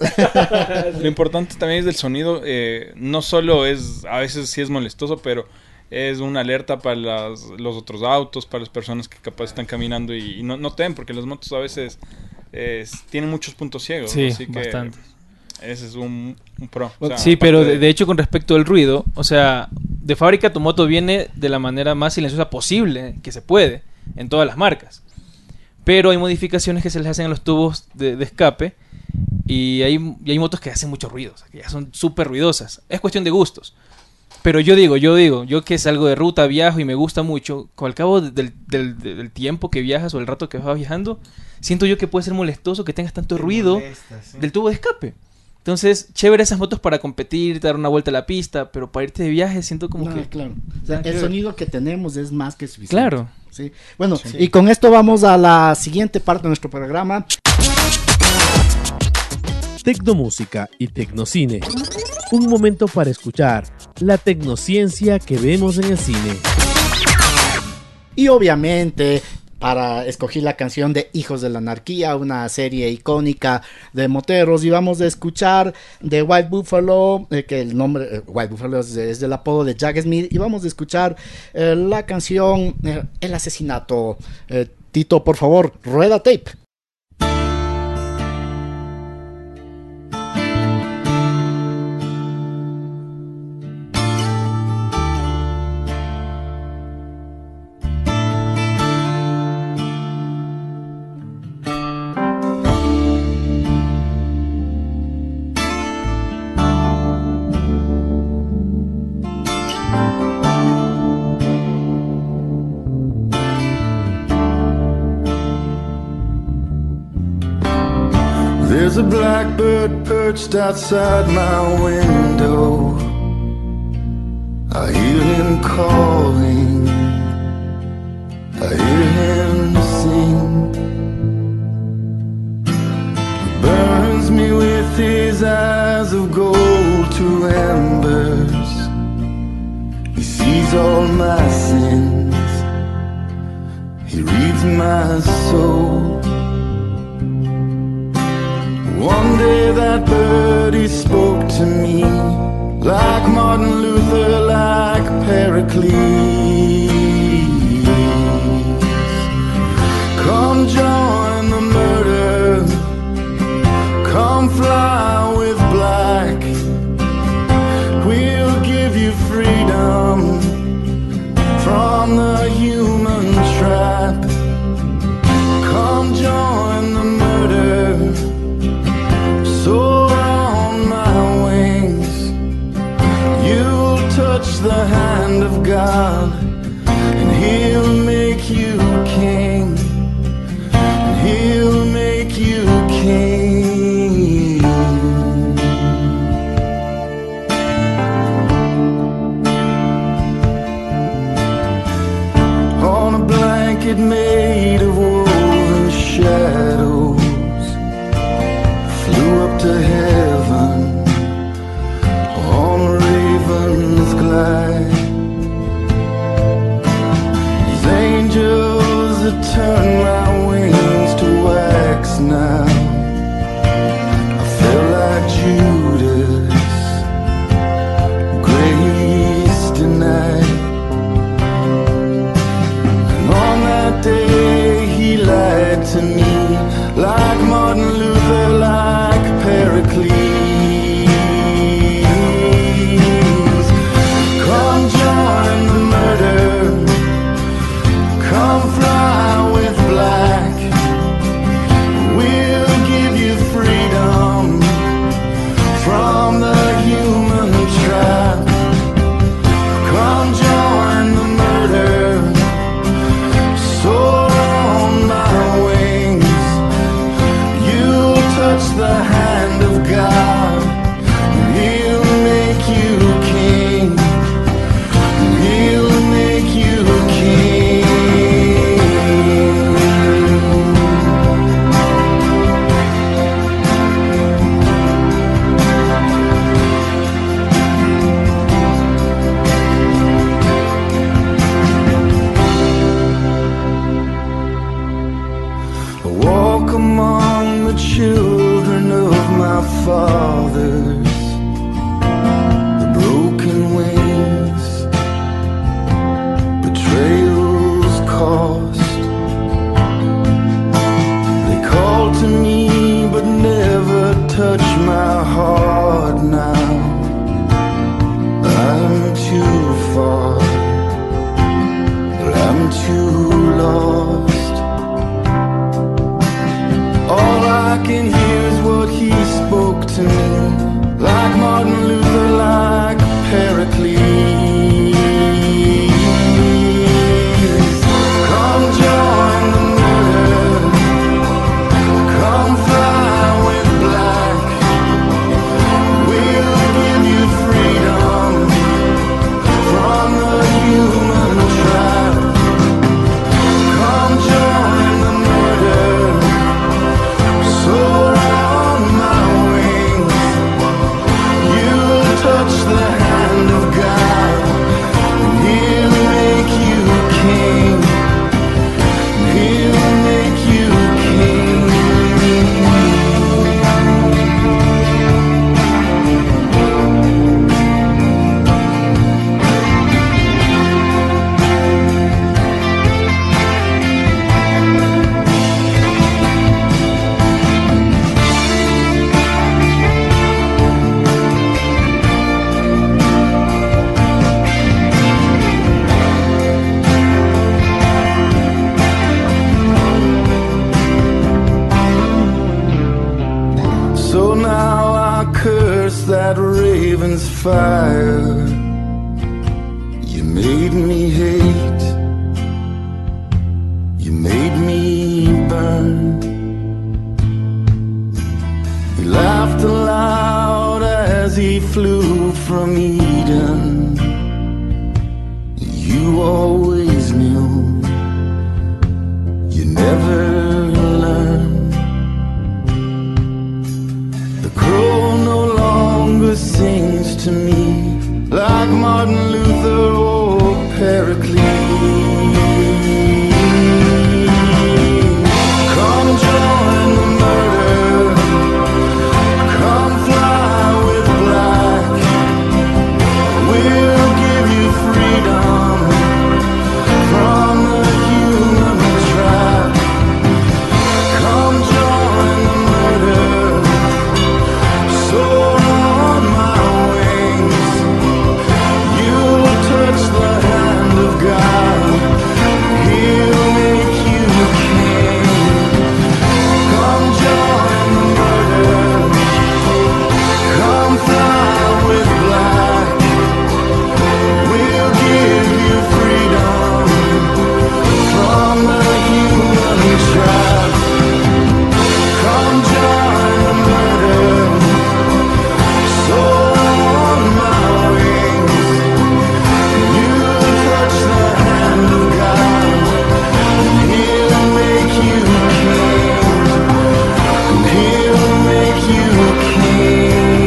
lo importante también es del sonido. Eh, no solo es, a veces sí es molestoso, pero es una alerta para las, los otros autos, para las personas que capaz están caminando y, y no, no te ven, porque las motos a veces eh, tienen muchos puntos ciegos. Sí, así que bastante. ese es un, un pro. O sea, Sí, pero aparte de, de hecho con respecto al ruido, o sea, de fábrica tu moto viene de la manera más silenciosa posible que se puede en todas las marcas. Pero hay modificaciones que se les hacen a los tubos de, de escape y hay, y hay motos que hacen mucho ruido, o sea, que ya son súper ruidosas. Es cuestión de gustos. Pero yo digo, yo digo, yo que salgo de ruta, viajo y me gusta mucho, al cabo del, del, del tiempo que viajas o el rato que vas viajando, siento yo que puede ser molestoso que tengas tanto ruido del tubo de escape. Entonces, chévere esas motos para competir, dar una vuelta a la pista, pero para irte de viaje siento como No, que... claro. O sea, el sonido que tenemos es más que suficiente. Claro. Sí. Bueno, Sí. y con esto vamos a la siguiente parte de nuestro programa. Tecnomúsica y Tecnocine. Un momento para escuchar la tecnociencia que vemos en el cine. Y obviamente, para escoger la canción de Hijos de la Anarquía, una serie icónica de moteros, y vamos a escuchar de White Buffalo, eh, que el nombre, eh, White Buffalo es, es del apodo de Jack Smith, y vamos a escuchar eh, la canción eh, El Asesinato. Eh, Tito, por favor, rueda tape. There's a blackbird perched outside my window. I hear him calling, I hear him sing. He burns me with his eyes of gold to embers. He sees all my sins, he reads my soul. One day that bird, he spoke to me, like Martin Luther, like Pericles. Come join the murder, come fly with black. We'll give you freedom from the human trap. Come join the murder, soar on my wings. You'll touch the hand of God, and He'll make you king, and He'll make you king. On a blanket made of woven shadows, flew up to heaven on a raven's glide. These angels that turn my wings to wax now, I felt like Judas, grace denied. And on that day he lied to me, like Martin Luther, like Pericles. Come join the murder, come fly with black. We'll give you freedom from the human trap. Come join the murder, soar on my wings. You'll touch the hand of God, and He'll make you king, and He'll make you king. I walk among the children of my fathers, the broken wings, betrayal's cost. They call to me but never touch my heart now. I'm too far, I'm too lost. All I can hear is what he spoke to me, like Martin Luther, like Pericles. Come join the murder, come fly with black. as fire. You made me hate. You made me burn. He laughed aloud as he flew from Eden. You always knew. You never learned. The crow no longer sings to me like Martin Luther or Pericles. Come join the murder. Come fly with black. We'll give you freedom from the human trap. Come join the murder. Soar on my wings. You'll touch the hand of God. He'll make you king. Come join the murder. Come fly with black. We'll give you freedom from the human trap. Come join the murder. Soar on my wings. You touch the hand of God. He'll make you king. He'll make you king.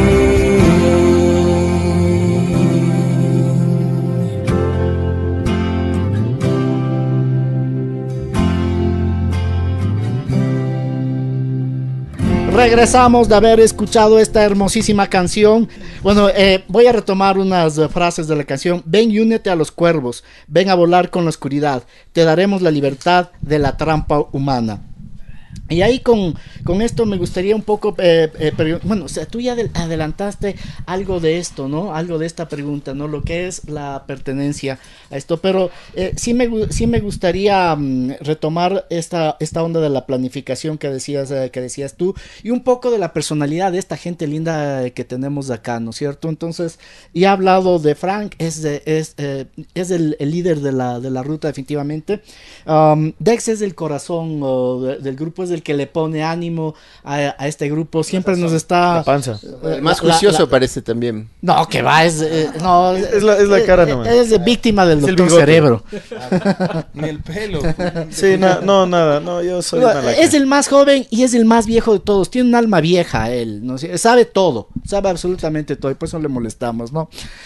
Regresamos de haber escuchado esta hermosísima canción. Bueno, eh, voy a retomar unas eh, frases de la canción. Ven y únete a los cuervos. Ven a volar con la oscuridad. Te daremos la libertad de la trampa humana. Y ahí con, con esto me gustaría un poco, eh, eh, pero, bueno, o sea, tú ya adelantaste algo de esto, ¿no? Algo de esta pregunta, ¿no? Lo que es la pertenencia a esto, pero eh, sí, me, sí me gustaría um, retomar esta, esta onda de la planificación que decías, eh, que decías tú, y un poco de la personalidad de esta gente linda que tenemos acá, ¿no es cierto? Entonces, ya he hablado de Frank, es, de, es, eh, es el, el líder de la, de la ruta definitivamente. Um, Dex es el corazón oh, de, del grupo, es el que le pone ánimo a, a este grupo, siempre nos está... La panza. El más juicioso parece también. No, que va, es... Eh, no, es, la, es la cara nomás. Es, es víctima del doctor Cerebro. Ni el pelo. Sí, na, no, nada, no, yo soy... No, es el más joven y es el más viejo de todos, tiene un alma vieja él, ¿no? Sabe todo, sabe absolutamente todo, y por eso le molestamos, ¿no?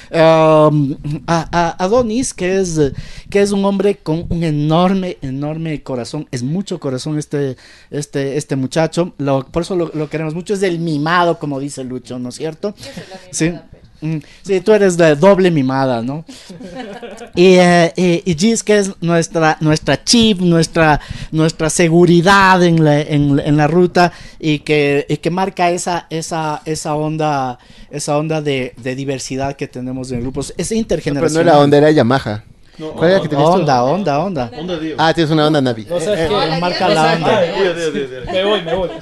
Um, a, a Adonis, que es, que es un hombre con un enorme, enorme corazón, es mucho corazón este... Este, este muchacho, lo, por eso lo, lo queremos mucho, es el mimado, como dice Lucho, ¿no es cierto? Sí, mm, sí, tú eres de doble mimada, ¿no? y, eh, y, y Giz, que es nuestra, nuestra chip, nuestra, nuestra seguridad en la, en, en la ruta, y que, y que marca esa, esa, esa onda, esa onda de, de diversidad que tenemos en el grupo, es intergeneracional. No, pero no era onda, era Yamaha. No, ¿cuál era que tenías onda, tú? onda, onda, onda. Ah, tienes una onda Navi. No, ¿sabes eh, eh, marca la onda. Me voy, me voy.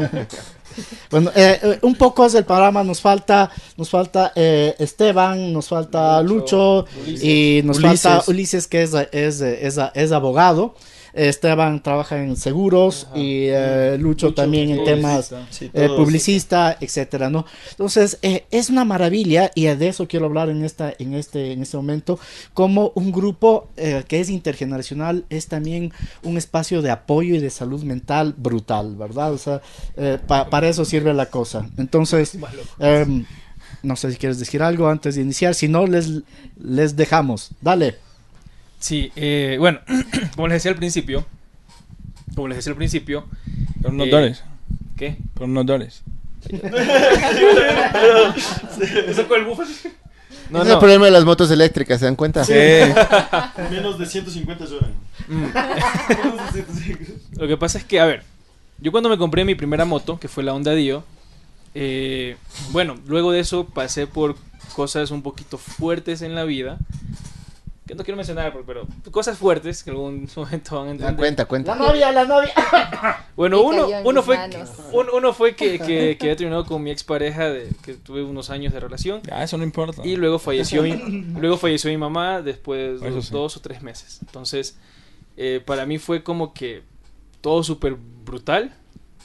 Bueno, eh, un poco es el panorama. Nos falta, nos falta eh, Esteban, nos falta Lucho, Lucho y nos Ulises. falta Ulises, que es, es, es, es abogado. Esteban trabaja en seguros. Ajá. y eh, Lucho, Lucho también en temas sí, eh, publicista, sí. etcétera, ¿no? Entonces eh, es una maravilla, y de eso quiero hablar en esta, en este, en este momento, como un grupo eh, que es intergeneracional es también un espacio de apoyo y de salud mental brutal, ¿verdad? O sea, eh, pa, para eso sirve la cosa. Entonces, eh, no sé si quieres decir algo antes de iniciar, si no les les dejamos, dale. Sí, eh, bueno, como les decía al principio, como les decía al principio... Pero no eh, dólares. ¿Qué? Pero no dólares. ¿Eso con el búfalo? No, no. Es el problema de las motos eléctricas, ¿se dan cuenta? Sí. Menos de ciento cincuenta lloran. Mm. Lo que pasa es que, a ver, yo cuando me compré mi primera moto, que fue la Honda Dio, eh, bueno, luego de eso pasé por cosas un poquito fuertes en la vida. que no quiero mencionar, pero cosas fuertes que en algún momento van a entender. Ah, cuenta, cuenta. La novia, la novia. Bueno, Y uno, cayó en uno mis fue, manos. un- uno fue que, que, que había terminado con mi expareja, de, que tuve unos años de relación. Ya, eso no importa. Y luego falleció mi, luego falleció mi mamá después de Eso dos, sí. dos o tres meses. Entonces, eh, para mí fue como que todo súper brutal.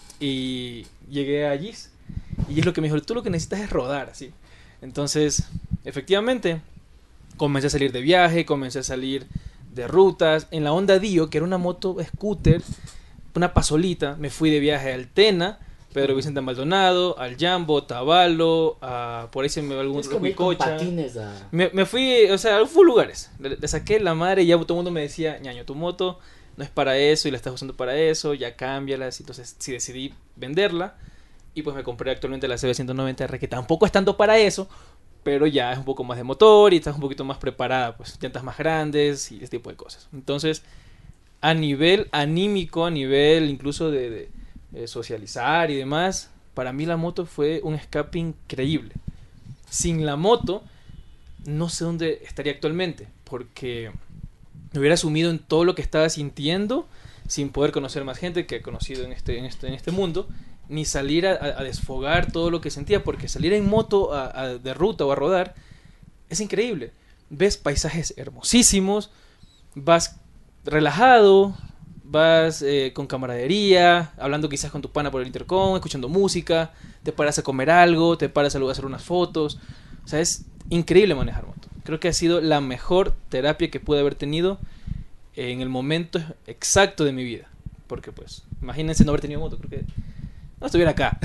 Y llegué a Gis. Y es lo que me dijo, tú lo que necesitas es rodar, así. Entonces, efectivamente, comencé a salir de viaje, comencé a salir de rutas. En la Honda Dio, que era una moto scooter, una pasolita, me fui de viaje a Altena, Pedro Vicente Maldonado, al Jambo, Tabalo, a, por ahí se me va algún Es como ir con Ruicocha. patines a... Me, me fui, o sea, fui lugares. Le, le saqué la madre y ya todo el mundo me decía, ñaño, tu moto no es para eso y la estás usando para eso, ya cámbiala. Entonces, sí decidí venderla. Y pues me compré actualmente la C B ciento noventa R, que tampoco es tanto para eso, pero ya es un poco más de motor y estás un poquito más preparada, pues llantas más grandes y ese tipo de cosas. Entonces, a nivel anímico, a nivel incluso de, de, de socializar y demás, para mí la moto fue un escape increíble. Sin la moto, no sé dónde estaría actualmente, porque me hubiera sumido en todo lo que estaba sintiendo, sin poder conocer más gente que he conocido en este, en este, en este mundo, ni salir a, a desfogar todo lo que sentía, porque salir en moto a, a, de ruta o a rodar es increíble. Ves paisajes hermosísimos, vas relajado, vas eh, con camaradería, hablando quizás con tu pana por el intercom, escuchando música, te paras a comer algo, te paras a luego a hacer unas fotos. O sea, es increíble manejar moto. Creo que ha sido la mejor terapia que pude haber tenido en el momento exacto de mi vida. Porque pues, imagínense no haber tenido moto, creo que no estuviera acá.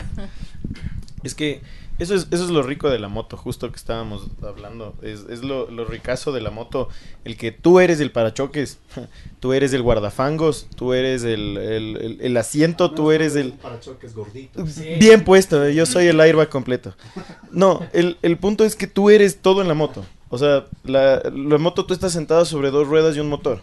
Es que eso es, eso es lo rico de la moto, justo que estábamos hablando. Es, es lo, lo ricazo de la moto. El que tú eres el parachoques, tú eres el guardafangos, tú eres el, el, el, el asiento, tú eres el... parachoques gordito. Bien puesto, yo soy el airbag completo. No, el, el punto es que tú eres todo en la moto. O sea, la, la moto tú estás sentado sobre dos ruedas y un motor.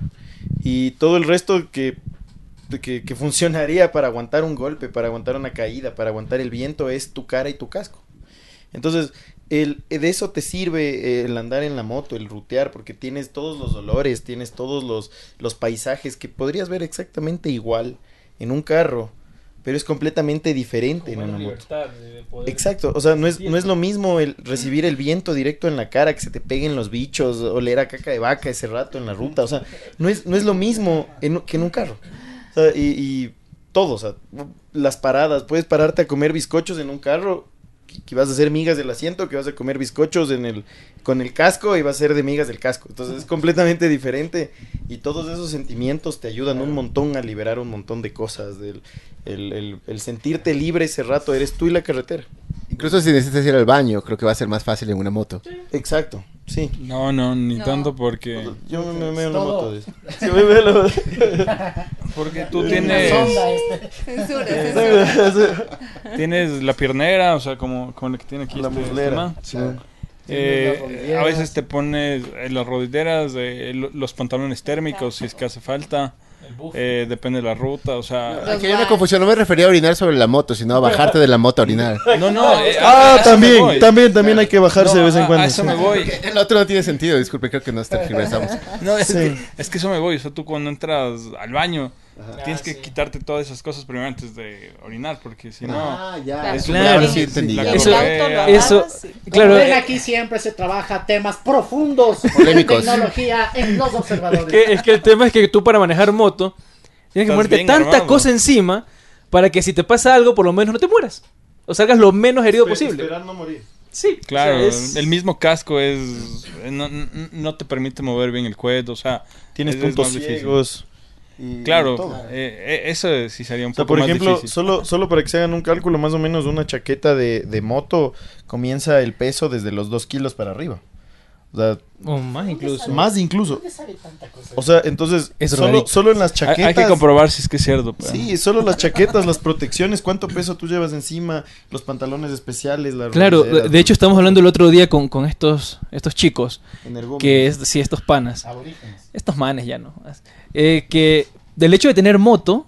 Y todo el resto que... Que, que funcionaría para aguantar un golpe, para aguantar una caída, para aguantar el viento, es tu cara y tu casco. Entonces, el, de eso te sirve el andar en la moto, el rutear, porque tienes todos los olores, tienes todos los, los paisajes que podrías ver exactamente igual en un carro, pero es completamente diferente Como en la una moto. libertad de poder- Exacto, o sea, no es, no es lo mismo el recibir el viento directo en la cara, que se te peguen los bichos, oler a caca de vaca ese rato en la ruta, o sea, no es, no es lo mismo en, que en un carro. O sea, y, y todo, o sea, las paradas, puedes pararte a comer bizcochos en un carro, que, que vas a hacer migas del asiento, que vas a comer bizcochos en el, con el casco y vas a ser de migas del casco. Entonces es completamente diferente y todos esos sentimientos te ayudan un montón a liberar un montón de cosas. Del, el, el, el sentirte libre ese rato, eres tú y la carretera. Incluso si necesitas ir al baño, creo que va a ser más fácil en una moto. Exacto, sí. No, no, ni No. tanto porque... Yo me, me meo en la Todo. moto. de- Sí, me meo en la- Porque tú Una tienes... sonda, este. Censura, censura. Tienes la piernera, o sea, como, como la que tiene aquí La este- este muslera. man. Sí. Eh, Tienes las rodilleras. a veces te pones eh, las rodilleras, eh, lo- los pantalones térmicos si es que hace falta, El buff. eh, depende de la ruta, o sea... Los Aquí hay una guantes. confusión, no me refería a orinar sobre la moto, sino a bajarte de la moto a orinar. No, no, eh, Ah, a eso me también, voy. también, también hay que bajarse No, de vez en a- cuando. A eso sí. me voy. El otro no tiene sentido, disculpe, creo que nos tergiversamos. No, es, Sí. que, es que eso me voy. O sea, tú cuando entras al baño, tienes Ah, que sí. quitarte todas esas cosas primero antes de orinar, porque si no... Ah, ya. Claro. es Claro. Ahora sí entendí. Y ya. en Eso- el auto lo eso- agarras, sí. Claro, Ven, eh, aquí siempre se trabaja temas profundos Polémicos. de tecnología en los observadores. que, es que el tema es que tú para manejar moto tienes que Estás ponerte bien tanta armado. cosa encima para que si te pasa algo por lo menos no te mueras. O salgas lo menos herido posible. Esperar no morir. Sí, Claro, o sea, es- el mismo casco es... No, no- no te permite mover bien el cuello, o sea... Tienes es- es puntos más difícil. ciegos. y- y Claro, todo. eh, eh, eso sí sería un O sea, poco por más ejemplo, difícil. solo, solo para que se hagan un cálculo, más o menos una chaqueta de, de moto comienza el peso desde los dos kilos para arriba. O sea, o más incluso. más incluso. ¿Dónde sale tanta cosa? O sea, entonces, Es solo, rarito. solo en las Hay- chaquetas... Hay que comprobar si es que es cierto. pues. Sí, solo las chaquetas, las protecciones, cuánto peso tú llevas encima, los pantalones especiales, las Claro, rodilleras, de hecho estamos hablando el otro día con, con estos, estos chicos, energúmenos. que es, sí, estos panas, Aborígenes. estos manes ya no, eh, que del hecho de tener moto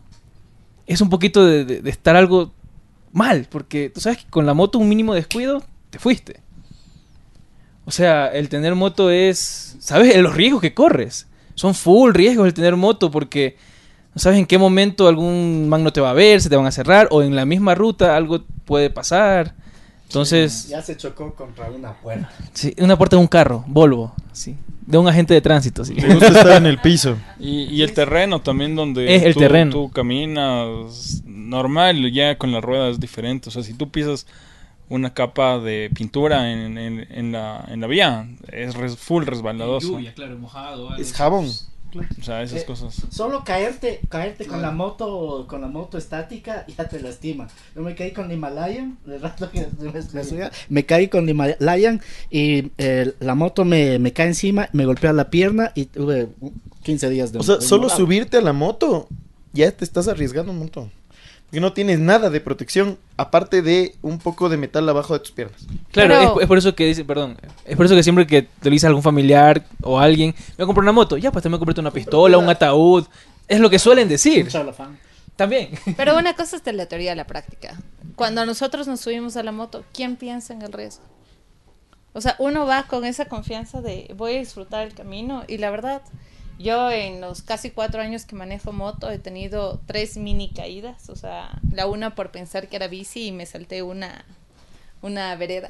es un poquito de, de- de estar algo mal, porque tú sabes que con la moto un mínimo descuido te fuiste. O sea, el tener moto es... ¿Sabes? Los riesgos que corres. Son full riesgos el tener moto porque no sabes en qué momento algún man no te va a ver, se te van a cerrar, o en la misma ruta algo puede pasar. Entonces... Ya se chocó contra una puerta. Sí, una puerta de un carro, Volvo, sí. De un agente de tránsito, sí. Me gusta estar en el piso. Y, y el terreno también donde Es el tú, terreno. tú caminas normal, ya con las ruedas es diferente. O sea, si tú pisas una capa de pintura en, en, en, la, en la vía, es res, full resbaladoso. Lluvia, claro, mojado. algo. Es jabón. O sea, esas Eh, cosas. Solo caerte, caerte con la moto, con la moto estática ya te lastima. Yo me caí con el Himalayan, el rato que me, me subía, me caí con el Himalayan y eh, la moto me, me cae encima, me golpea la pierna y tuve quince días de O sea, de solo morado. subirte a la moto, ya te estás arriesgando un montón. Porque no tienes nada de protección, aparte de un poco de metal abajo de tus piernas. Claro, Pero- es, es por eso que dice, perdón, es por eso que siempre que te lo dice algún familiar o alguien, me voy a comprar una moto, ya pues también comprarte una pistola, un ataúd, es lo que suelen decir. Un charlatán. También. Pero una cosa es de la teoría a la práctica. Cuando nosotros nos subimos a la moto, ¿quién piensa en el riesgo? O sea, uno va con esa confianza de voy a disfrutar el camino y la verdad, yo en los casi cuatro años que manejo moto he tenido tres mini caídas. O sea, la una por pensar que era bici y me salté una, una vereda.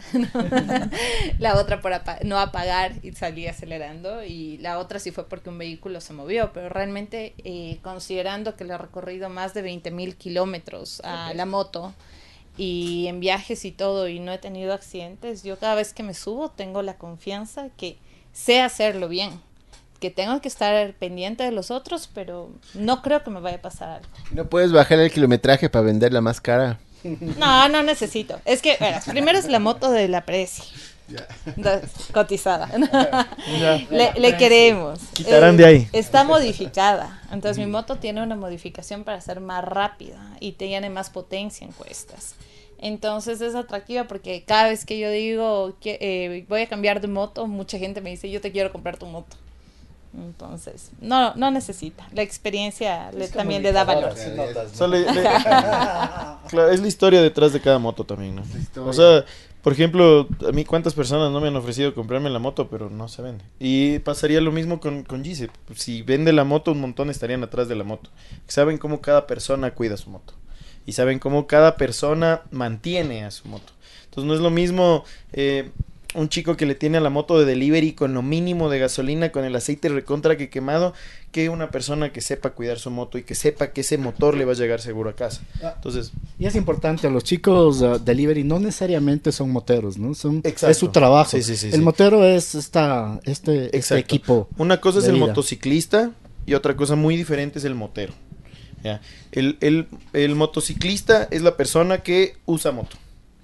La otra por apa- no apagar y salí acelerando. Y la otra sí fue porque un vehículo se movió. Pero realmente, eh, considerando que le he recorrido más de veinte mil kilómetros a la moto y en viajes y todo y no he tenido accidentes, yo cada vez que me subo tengo la confianza que sé hacerlo bien. Que tengo que estar pendiente de los otros, pero no creo que me vaya a pasar algo. ¿No puedes bajar el kilometraje para venderla más cara? No, no necesito. Es que, bueno, primero es la moto de la Prezi. Da- Cotizada. le, le queremos. Quitarán de ahí. Está modificada. Entonces mi moto tiene una modificación para ser más rápida y tiene más potencia en cuestas. Entonces es atractiva porque cada vez que yo digo que eh, voy a cambiar de moto, mucha gente me dice, yo te quiero comprar tu moto. Entonces, no, no necesita. La experiencia le, también le da valor. Sí, notas, ¿no? Solo le- le- claro, es la historia detrás de cada moto también, ¿no? historia. O sea, por ejemplo, a mí cuántas personas no me han ofrecido comprarme la moto, pero no se vende. Y pasaría lo mismo con, con Gise. Si vende la moto, un montón estarían atrás de la moto. Saben cómo cada persona cuida su moto. Y saben cómo cada persona mantiene a su moto. Entonces no es lo mismo... Eh, un chico que le tiene a la moto de delivery con lo mínimo de gasolina, con el aceite recontra que quemado, que una persona que sepa cuidar su moto y que sepa que ese motor le va a llegar seguro a casa. Entonces, Y es importante, los chicos uh, delivery no necesariamente son moteros, ¿no? Son, Exacto. es su trabajo. Sí, sí, sí, El sí. motero es esta, este, este Exacto. equipo. una cosa es de el vida. motociclista y otra cosa muy diferente es el motero. ¿Ya? El, el, el motociclista es la persona que usa moto.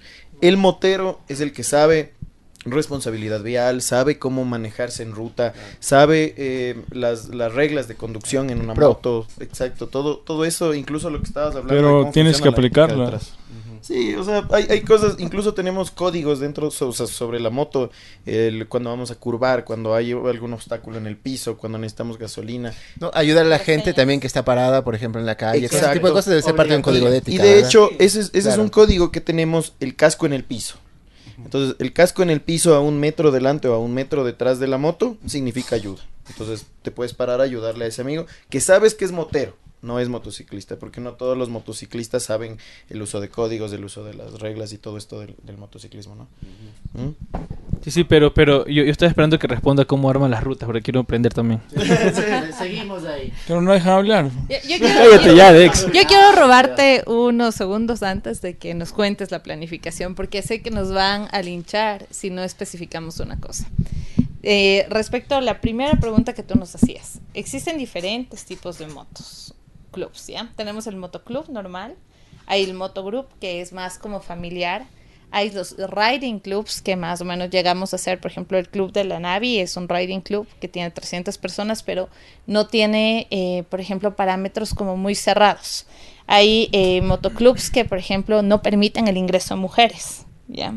El motero es el que sabe responsabilidad vial, sabe cómo manejarse en ruta, sabe eh, las, las reglas de conducción en una Pro. moto, exacto, todo, todo eso, incluso lo que estabas hablando. Pero de cómo tienes funciona que la química aplicarla. detrás. Sí, o sea, hay, hay cosas, incluso tenemos códigos dentro so- o sea, sobre la moto, el, cuando vamos a curvar, cuando hay algún obstáculo en el piso, cuando necesitamos gasolina. No, ayudar a la gente también que está parada, por ejemplo, en la calle. Ese Exacto. tipo de cosas debe ser parte de un código de ética. Y de ¿verdad? hecho, ese es, ese es Claro. un código que tenemos, el casco en el piso. Entonces, el casco en el piso a un metro delante o a un metro detrás de la moto significa ayuda. Entonces, te puedes parar a ayudarle a ese amigo que sabes que es motero, no es motociclista, porque no todos los motociclistas saben el uso de códigos, el uso de las reglas y todo esto del, del motociclismo, ¿no? ¿Mm? Sí, sí, pero, pero yo, yo estoy esperando que responda cómo arman las rutas, porque quiero aprender también. Seguimos ahí. Pero no dejan hablar. Yo, yo quiero, Cállate ya, Dex. yo quiero robarte unos segundos antes de que nos cuentes la planificación, porque sé que nos van a linchar si no especificamos una cosa. Eh, respecto a la primera pregunta que tú nos hacías, existen diferentes tipos de motos, clubs, ¿ya? Tenemos el motoclub normal, hay el motogroup que es más como familiar, hay los riding clubs que más o menos llegamos a hacer, por ejemplo, el club de la Navi es un riding club que tiene trescientas personas, pero no tiene, eh, por ejemplo, parámetros como muy cerrados. Hay eh, motoclubs que, por ejemplo, no permiten el ingreso a mujeres, ¿ya?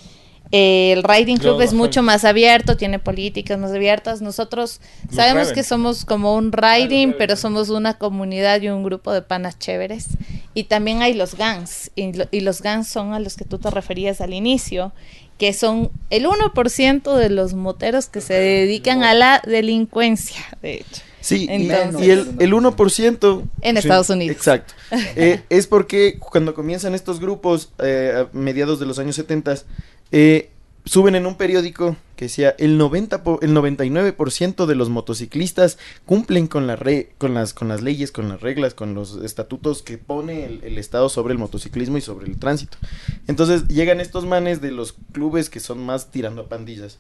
Eh, el riding club Los es mucho más abierto, tiene políticas más abiertas. Nosotros Los sabemos Raven. que somos como un riding, pero somos una comunidad y un grupo de panas chéveres. Y también hay los gangs, y, lo- y los gangs son a los que tú te referías al inicio, que son el uno por ciento de los moteros que se dedican a la delincuencia, de hecho. Sí, y- Entonces- y, el, el uno por ciento... En Estados Unidos. Exacto. Eh, es porque cuando comienzan estos grupos, eh, a mediados de los años setenta, eh, suben en un periódico que decía el noventa po- el noventa y nueve por ciento de los motociclistas cumplen con, la re- con, las, con las leyes, con las reglas, con los estatutos que pone el, el Estado sobre el motociclismo y sobre el tránsito. Entonces llegan estos manes de los clubes que son más tirando a pandillas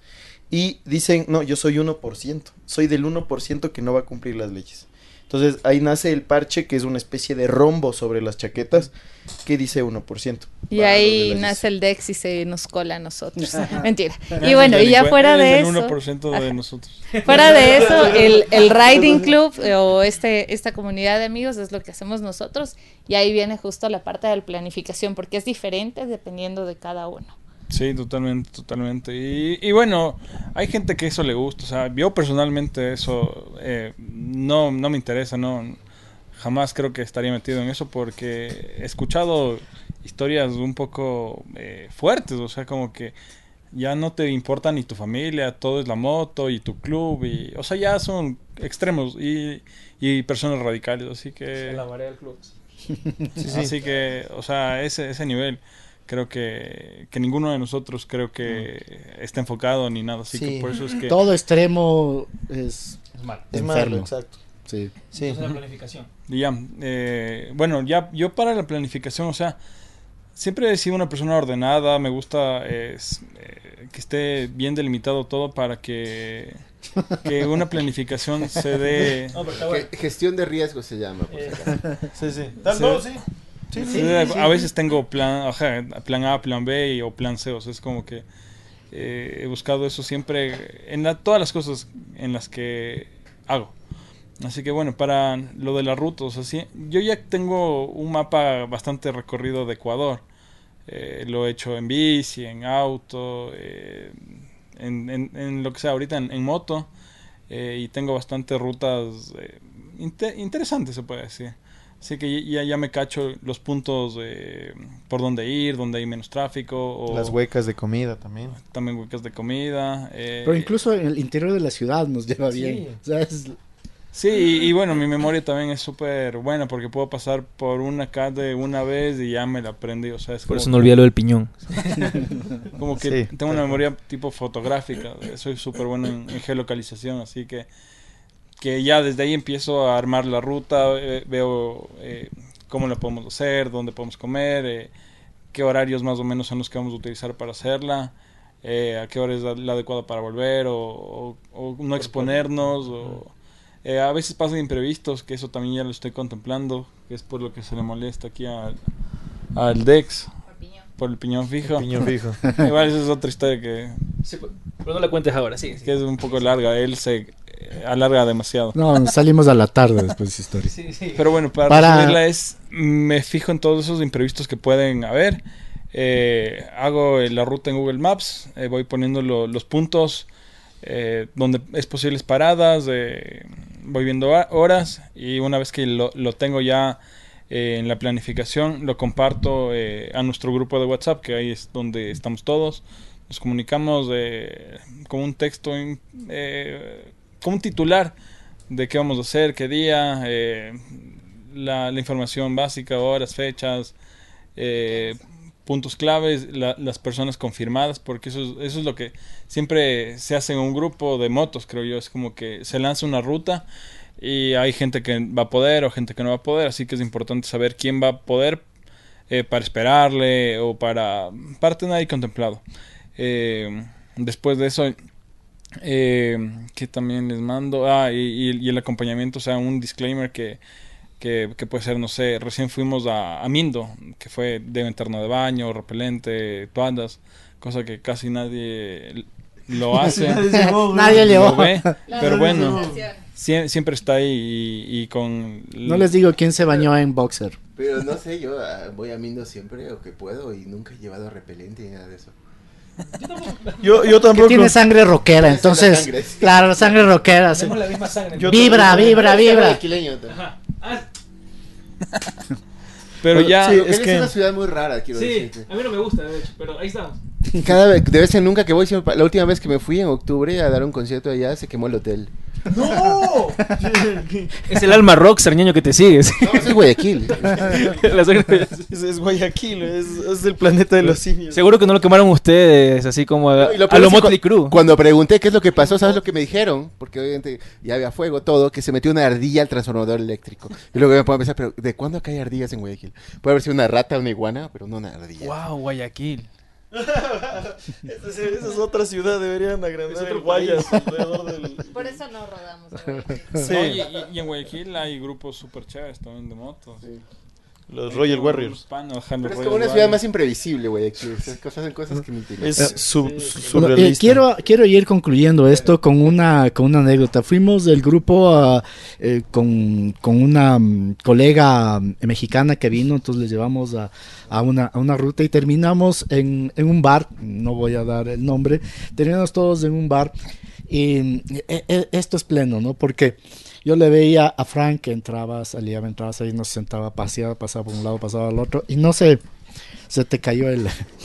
y dicen, no, yo soy uno por ciento, soy del uno por ciento que no va a cumplir las leyes. Entonces ahí nace el parche, que es una especie de rombo sobre las chaquetas, que dice uno por ciento. Y para los de ahí las nace el Dex y se nos cola a nosotros. Ajá. Mentira. Eres Y bueno, el y ya delincuente, fuera de eres el eso, uno por ciento de nosotros. fuera de eso, el, el Riding Club eh, o este esta comunidad de amigos es lo que hacemos nosotros. Y ahí viene justo la parte de la planificación, porque es diferente dependiendo de cada uno. Sí, totalmente, totalmente. Y, y bueno, hay gente que eso le gusta. O sea, yo personalmente eso eh, no, no me interesa, no jamás creo que estaría metido en eso porque he escuchado historias un poco eh, fuertes, o sea, como que ya no te importa ni tu familia, todo es la moto y tu club, y, o sea, ya son extremos y, y personas radicales, así que... La marea del club. Sí, sí. Así que, o sea, ese, ese nivel creo que, que ninguno de nosotros creo que está enfocado ni nada, así Sí. que por eso es que... Todo extremo es, Es malo. Es enfermo. malo, exacto. Sí. Sí. Es una planificación. Y ya, eh, bueno, ya yo para la planificación, o sea, siempre he sido una persona ordenada, me gusta eh, s- eh, que esté bien delimitado todo para que, que una planificación se dé... No, pero está bueno. Ge- Gestión de riesgo se llama. por si Eh, acaso. Sí, sí. Tal- Sí. no, sí. Sí, Sí, sí, a sí. a veces tengo plan, ajá, plan A, plan B y- o plan C, o sea, es como que eh, he buscado eso siempre en la- todas las cosas en las que hago. Así que bueno, para lo de la ruta, o sea, sí, yo ya tengo un mapa bastante recorrido de Ecuador. Eh, lo he hecho en bici, en auto, eh, en, en- en lo que sea ahorita, en, en moto. eh, y tengo bastantes rutas eh, inte- interesantes, se puede decir. Así que ya, ya me cacho los puntos eh, por dónde ir, donde hay menos tráfico. O Las huecas de comida también. también huecas de comida. eh, Pero incluso en el interior de la ciudad nos lleva Sí. bien. O sea, es- Sí, y, y bueno, mi memoria también es súper buena porque puedo pasar por una calle una vez y ya me la aprendí. O sea, es Por como, eso no olvidé lo del piñón. como que Sí, tengo una memoria tipo fotográfica. eh, Soy súper bueno en, en geolocalización, así que, que ya desde ahí empiezo a armar la ruta, eh, veo eh, cómo la podemos hacer, dónde podemos comer, eh, qué horarios más o menos son los que vamos a utilizar para hacerla. Eh, a qué hora es la, la adecuada para volver o, o- o no exponernos o, eh, a veces pasan imprevistos, que eso también ya lo estoy contemplando, que es por lo que se le molesta aquí al, al Dex, por el piñón fijo. Piñón fijo. Igual esa es otra historia que, Sí, pues, pero no la cuentes ahora, sí. sí. que es un poco larga, él se eh, alarga demasiado. no, salimos a la tarde después de esa historia. Sí, sí. Pero bueno, para, Para- resumirla es, me fijo en todos esos imprevistos que pueden haber. Eh, hago eh, la ruta en Google Maps, eh, voy poniendo lo- los puntos eh, donde es posibles paradas, eh, voy viendo a- horas y una vez que lo, lo tengo ya eh, en la planificación, lo comparto eh, a nuestro grupo de WhatsApp, que ahí es donde estamos todos. Nos comunicamos eh, con un texto, en- eh, con un titular de qué vamos a hacer, qué día, eh, la, la información básica, horas, fechas, eh, puntos claves, la- las personas confirmadas, porque eso, es- eso es lo que siempre se hace en un grupo de motos, creo yo, es como que se lanza una ruta y hay gente que va a poder o gente que no va a poder, así que es importante saber quién va a poder eh, para esperarle o para, para tener ahí contemplado. Eh, después de eso, eh, que también les mando, ah, y, y- y el acompañamiento, o sea, un disclaimer que que, que puede ser, no sé, recién fuimos a, a Mindo, que fue de interno de baño, repelente, toallas, cosa que casi nadie lo hace, Nadie lo llevó. ve, pero bueno, sie- siempre está ahí y, y con... No les digo quién se bañó en boxer. Pero no sé, yo ah, voy a Mindo siempre o que puedo y nunca he llevado repelente ni nada de eso. Yo, yo Que tampoco. tiene sangre rockera, Esa es la entonces, sangre, sí. claro, la sangre rockera. sí. Tenemos la misma sangre. Yo- Vibra, vibra, vibra. Guayaquileño, Ajá. Ah, pero ya... Sí, es es que que- es una ciudad muy rara, quiero sí, decirte. a mí no me gusta, de hecho, pero ahí estamos. Cada vez, de vez en nunca que voy, siempre- la última vez que me fui en octubre a dar un concierto allá, se quemó el hotel. ¡No! Es el alma rockstar, ñaño, que te sigues. No, es Guayaquil. La sangre- Es, es Guayaquil, es, es el planeta de los simios. Seguro que no lo quemaron ustedes, así como a, No, y lo a peor lo es que Motley cu- Crue. Cuando pregunté qué es lo que pasó, ¿sabes lo que me dijeron? Porque obviamente ya había fuego, todo, que se metió una ardilla al transformador eléctrico. Y luego me pongo a pensar, pero ¿de cuándo acá hay ardillas en Guayaquil? Puede haber sido una rata, una iguana, pero no una ardilla. Wow, Guayaquil. Esa es, esa es otra ciudad, deberían agrandar el Guayas alrededor del... Por eso no rodamos. en Guayaquil. Sí. No, y, y- y en Guayaquil hay grupos super chéveres también de motos. Los Royal Warriors. Los panos, ajá, los Pero es Royal como una ciudad Warriors. más imprevisible, Guayaquil. O sea, cosas- hacen cosas que no te Es imaginas. sub, Bueno, eh, surrealista. quiero, quiero ir concluyendo esto con una, con una anécdota. Fuimos del grupo ah, eh, con, con una mm, colega mm, mexicana que vino, entonces le llevamos a, a, una, a una ruta y terminamos en, en un bar, no voy a dar el nombre, terminamos todos en un bar y mm, e- e- esto es pleno, ¿no? Porque yo le veía a Frank que entraba, salía, entraba, salía, no se sentaba, paseaba, pasaba por un lado, pasaba al otro y no sé, se te cayó el,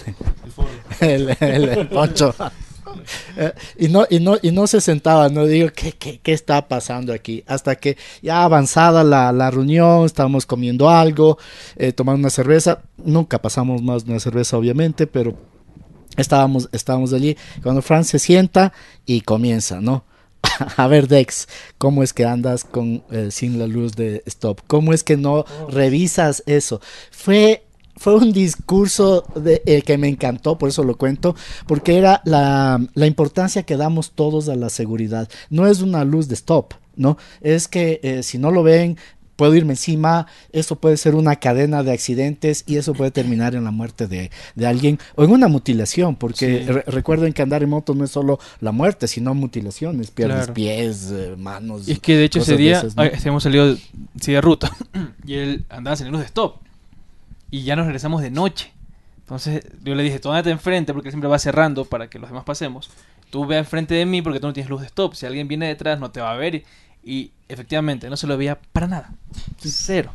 el, el, el poncho. Eh, y no y no y no se sentaba, no digo ¿qué, qué, qué está pasando aquí? Hasta que ya avanzada la, la reunión, estábamos comiendo algo, eh, tomando una cerveza, nunca pasamos más de una cerveza obviamente, pero estábamos estábamos allí cuando Fran se sienta y comienza, ¿no? A ver, Dex, ¿cómo es que andas con eh, sin la luz de stop? ¿Cómo es que no revisas eso? Fue fue un discurso de, eh, que me encantó, por eso lo cuento, porque era la, la importancia que damos todos a la seguridad. No es una luz de stop, ¿no? Es que eh, si no lo ven, puedo irme encima, eso puede ser una cadena de accidentes y eso puede terminar en la muerte de, de alguien o en una mutilación, porque Sí. re- recuerden que andar en moto no es solo la muerte, sino mutilaciones, pierdes Claro. pies, eh, manos. Y es que de hecho ese cosas de día esas, ¿no? ah, hemos salido sí, de ruta y él andaba sin luz de stop y ya nos regresamos de noche. Entonces yo le dije, tú andate enfrente porque él siempre va cerrando para que los demás pasemos. Tú ve enfrente de mí porque tú no tienes luz de stop. Si alguien viene detrás no te va a ver. Y, y efectivamente no se lo veía para nada. Cero.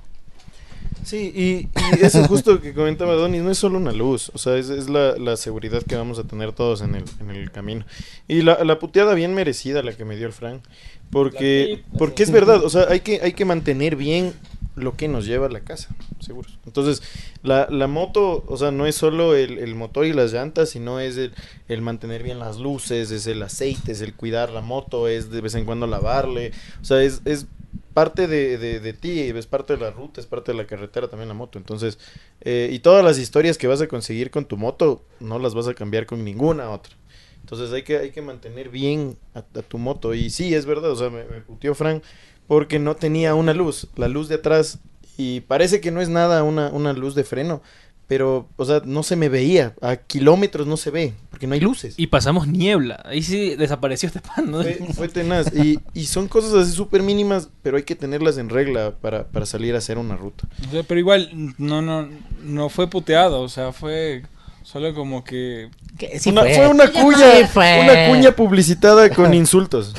Sí, y, y eso justo que comentaba Donny, no es solo una luz, o sea, es, es la, la seguridad que vamos a tener todos en el, en el camino. Y la, la puteada bien merecida la que me dio el Frank, porque, porque es verdad, o sea, hay que, hay que mantener bien lo que nos lleva a la casa, seguros. Entonces, la, la moto, o sea, no es solo el, el motor y las llantas, sino es el, el mantener bien las luces, es el aceite, es el cuidar la moto, es de vez en cuando lavarle, o sea, es... es parte de, de, de ti, es parte de la ruta, es parte de la carretera también la moto. Entonces, eh, y todas las historias que vas a conseguir con tu moto, no las vas a cambiar con ninguna otra. Entonces hay que, hay que mantener bien a, a tu moto. Y sí, es verdad, o sea, me, me puteó Frank porque no tenía una luz, la luz de atrás, y parece que no es nada una, una luz de freno, pero, o sea, no se me veía, a kilómetros no se ve, porque no hay luces. Y pasamos niebla. Ahí sí desapareció este pan, ¿no? Fue, fue tenaz. Y, y son cosas así súper mínimas, pero hay que tenerlas en regla para, para salir a hacer una ruta. O sea, pero igual no no no fue puteado, o sea, fue solo como que Que sí Una- fue. fue una Sí cuña, fue. una cuña publicitada con insultos.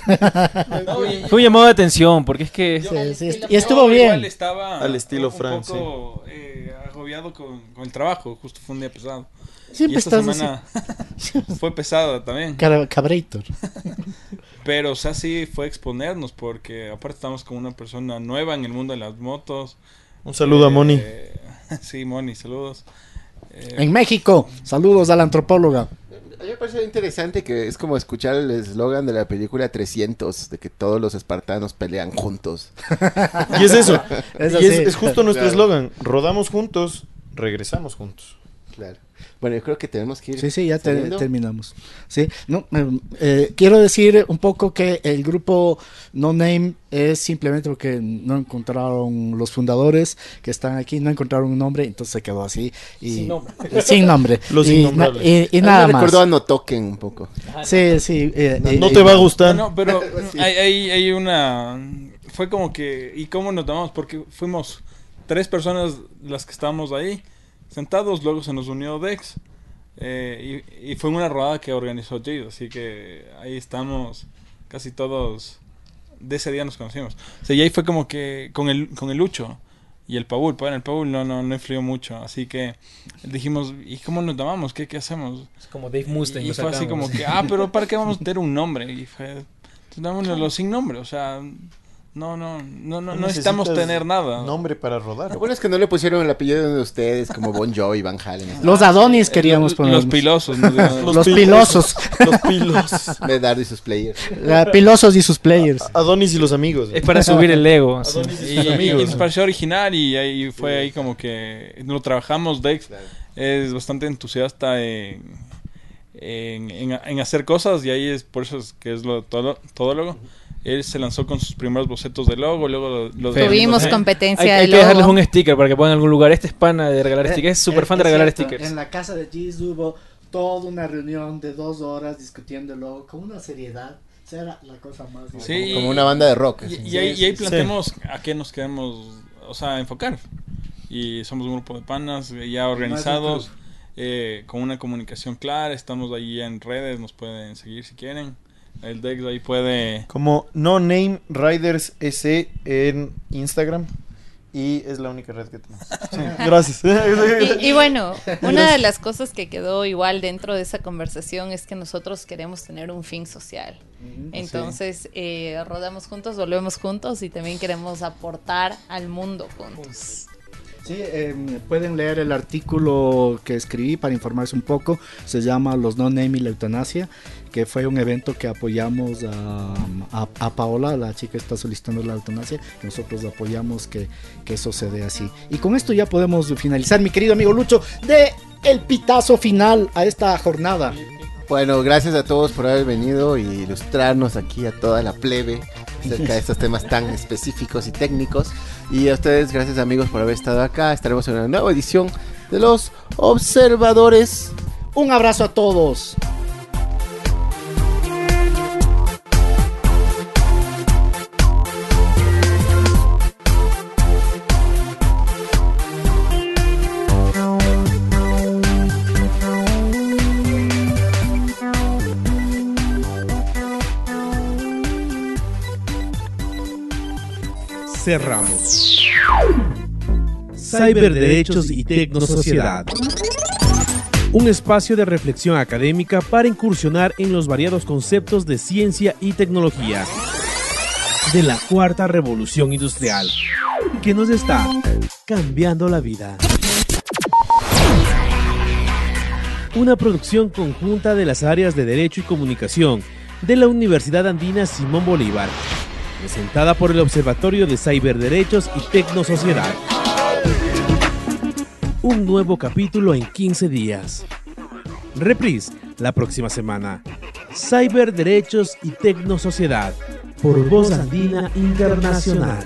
Fue un llamado de atención, porque es que... Sí, Al sí, estilo y estuvo yo igual bien. estaba Al estilo un Frank, poco eh, agobiado con, con el trabajo, justo fue un día pesado. Siempre y esta estás semana fue pesada también. Cara- Cabrator. Pero, o sea, sí fue exponernos porque aparte estamos con una persona nueva en el mundo de las motos. Un saludo a Moni. Eh, sí, Moni, saludos. Eh, En México, saludos a la antropóloga. A mí me parece interesante que es como escuchar el eslogan de la película trescientos, de que todos los espartanos pelean juntos. Y es eso. Es y así. es, es justo nuestro Claro. eslogan. Rodamos juntos, regresamos juntos. Claro. Bueno, yo creo que tenemos que ir. Sí, sí, ya te- saliendo. terminamos. Sí, no, eh, eh, quiero decir un poco que el grupo No Name es simplemente porque no encontraron los fundadores que están aquí, no encontraron un nombre, entonces se quedó así. Y, sin nombre. Sin nombre. Los y, innombrables. na- y- y A mí nada me más. recordó a No Token un poco. Sí, sí. eh, No, eh, no eh, te va a gustar. No, no, pero Sí. hay, hay, hay una... Fue como que... ¿Y cómo nos tomamos? Porque fuimos tres personas las que estábamos ahí, sentados, luego se nos unió Dex. Eh, y, y fue una rodada que organizó Jade, así que ahí estamos casi todos... De ese día nos conocimos. O sea, y ahí fue como que con el, con el Lucho. y el Paul. Pero el Paul no, no, no influyó mucho. Así que dijimos, ¿y cómo nos llamamos? ¿Qué, qué hacemos? Es como Dave Mustaine. Y, y lo fue así sacamos. como que, ah, pero ¿para qué vamos a tener un nombre? Y fue, dámoslo sin nombre, o sea... No, no, no, no, no necesitamos tener nada. Nombre para rodar. Lo bueno es que no le pusieron el apellido de ustedes como Bon Jovi, Van Halen. Los Adonis queríamos poner. Los pilosos. ¿no? Los, los pilosos. Los pilos. Medardo y sus players. Uh, pilosos y sus players. Adonis y los amigos. Es para subir el ego. Sí. Adonis Y, y sus y, amigos. y nos pareció original y ahí fue ahí como que lo trabajamos. Dex Claro. es bastante entusiasta en, en, en, en hacer cosas y ahí es por eso es que es lo todo, todólogo. Él se lanzó con sus primeros bocetos de logo, luego lo, lo Tuvimos de- competencia Hay, de hay que logo. dejarles un sticker para que pongan en algún lugar. Este es pana de regalar stickers. Es súper fan de Es regalar cierto, stickers. En la casa de Giz hubo toda una reunión de dos horas discutiendo el logo con una seriedad. O sea, era la cosa más... Sí. Como una banda de rock. Y, así. y ahí, y ahí Sí. planteamos a qué nos queremos, o sea, enfocar. Y somos un grupo de panas eh, ya organizados, eh, con una comunicación clara. Estamos ahí en redes, nos pueden seguir si quieren. El Dex ahí puede... Como No Name Riders S en Instagram. Y es la única red que tenemos. Sí, gracias. Y, y bueno, una de las cosas que quedó igual dentro de esa conversación es que nosotros queremos tener un fin social. Entonces, eh, rodamos juntos, volvemos juntos y también queremos aportar al mundo juntos. Sí, eh, pueden leer el artículo que escribí para informarse un poco. Se llama Los No Name y la Eutanasia, que fue un evento que apoyamos a, a, a Paola, la chica que está solicitando la eutanasia. Nosotros apoyamos que, que eso se dé así. Y con esto ya podemos finalizar, mi querido amigo Lucho, de el pitazo final a esta jornada. Bueno, gracias a todos por haber venido y ilustrarnos aquí a toda la plebe acerca de estos temas tan específicos y técnicos. Y a ustedes, gracias amigos por haber estado acá. Estaremos en una nueva edición de Los Observadores. Un abrazo a todos. Cerramos. Cyberderechos y Tecnosociedad. Un espacio de reflexión académica para incursionar en los variados conceptos de ciencia y tecnología de la cuarta revolución industrial, que nos está cambiando la vida. Una producción conjunta de las áreas de Derecho y Comunicación de la Universidad Andina Simón Bolívar, presentada por el Observatorio de Cyberderechos y Tecnosociedad. Un nuevo capítulo en quince días. Reprise la próxima semana. Cyberderechos y Tecnosociedad por Voz Andina Internacional.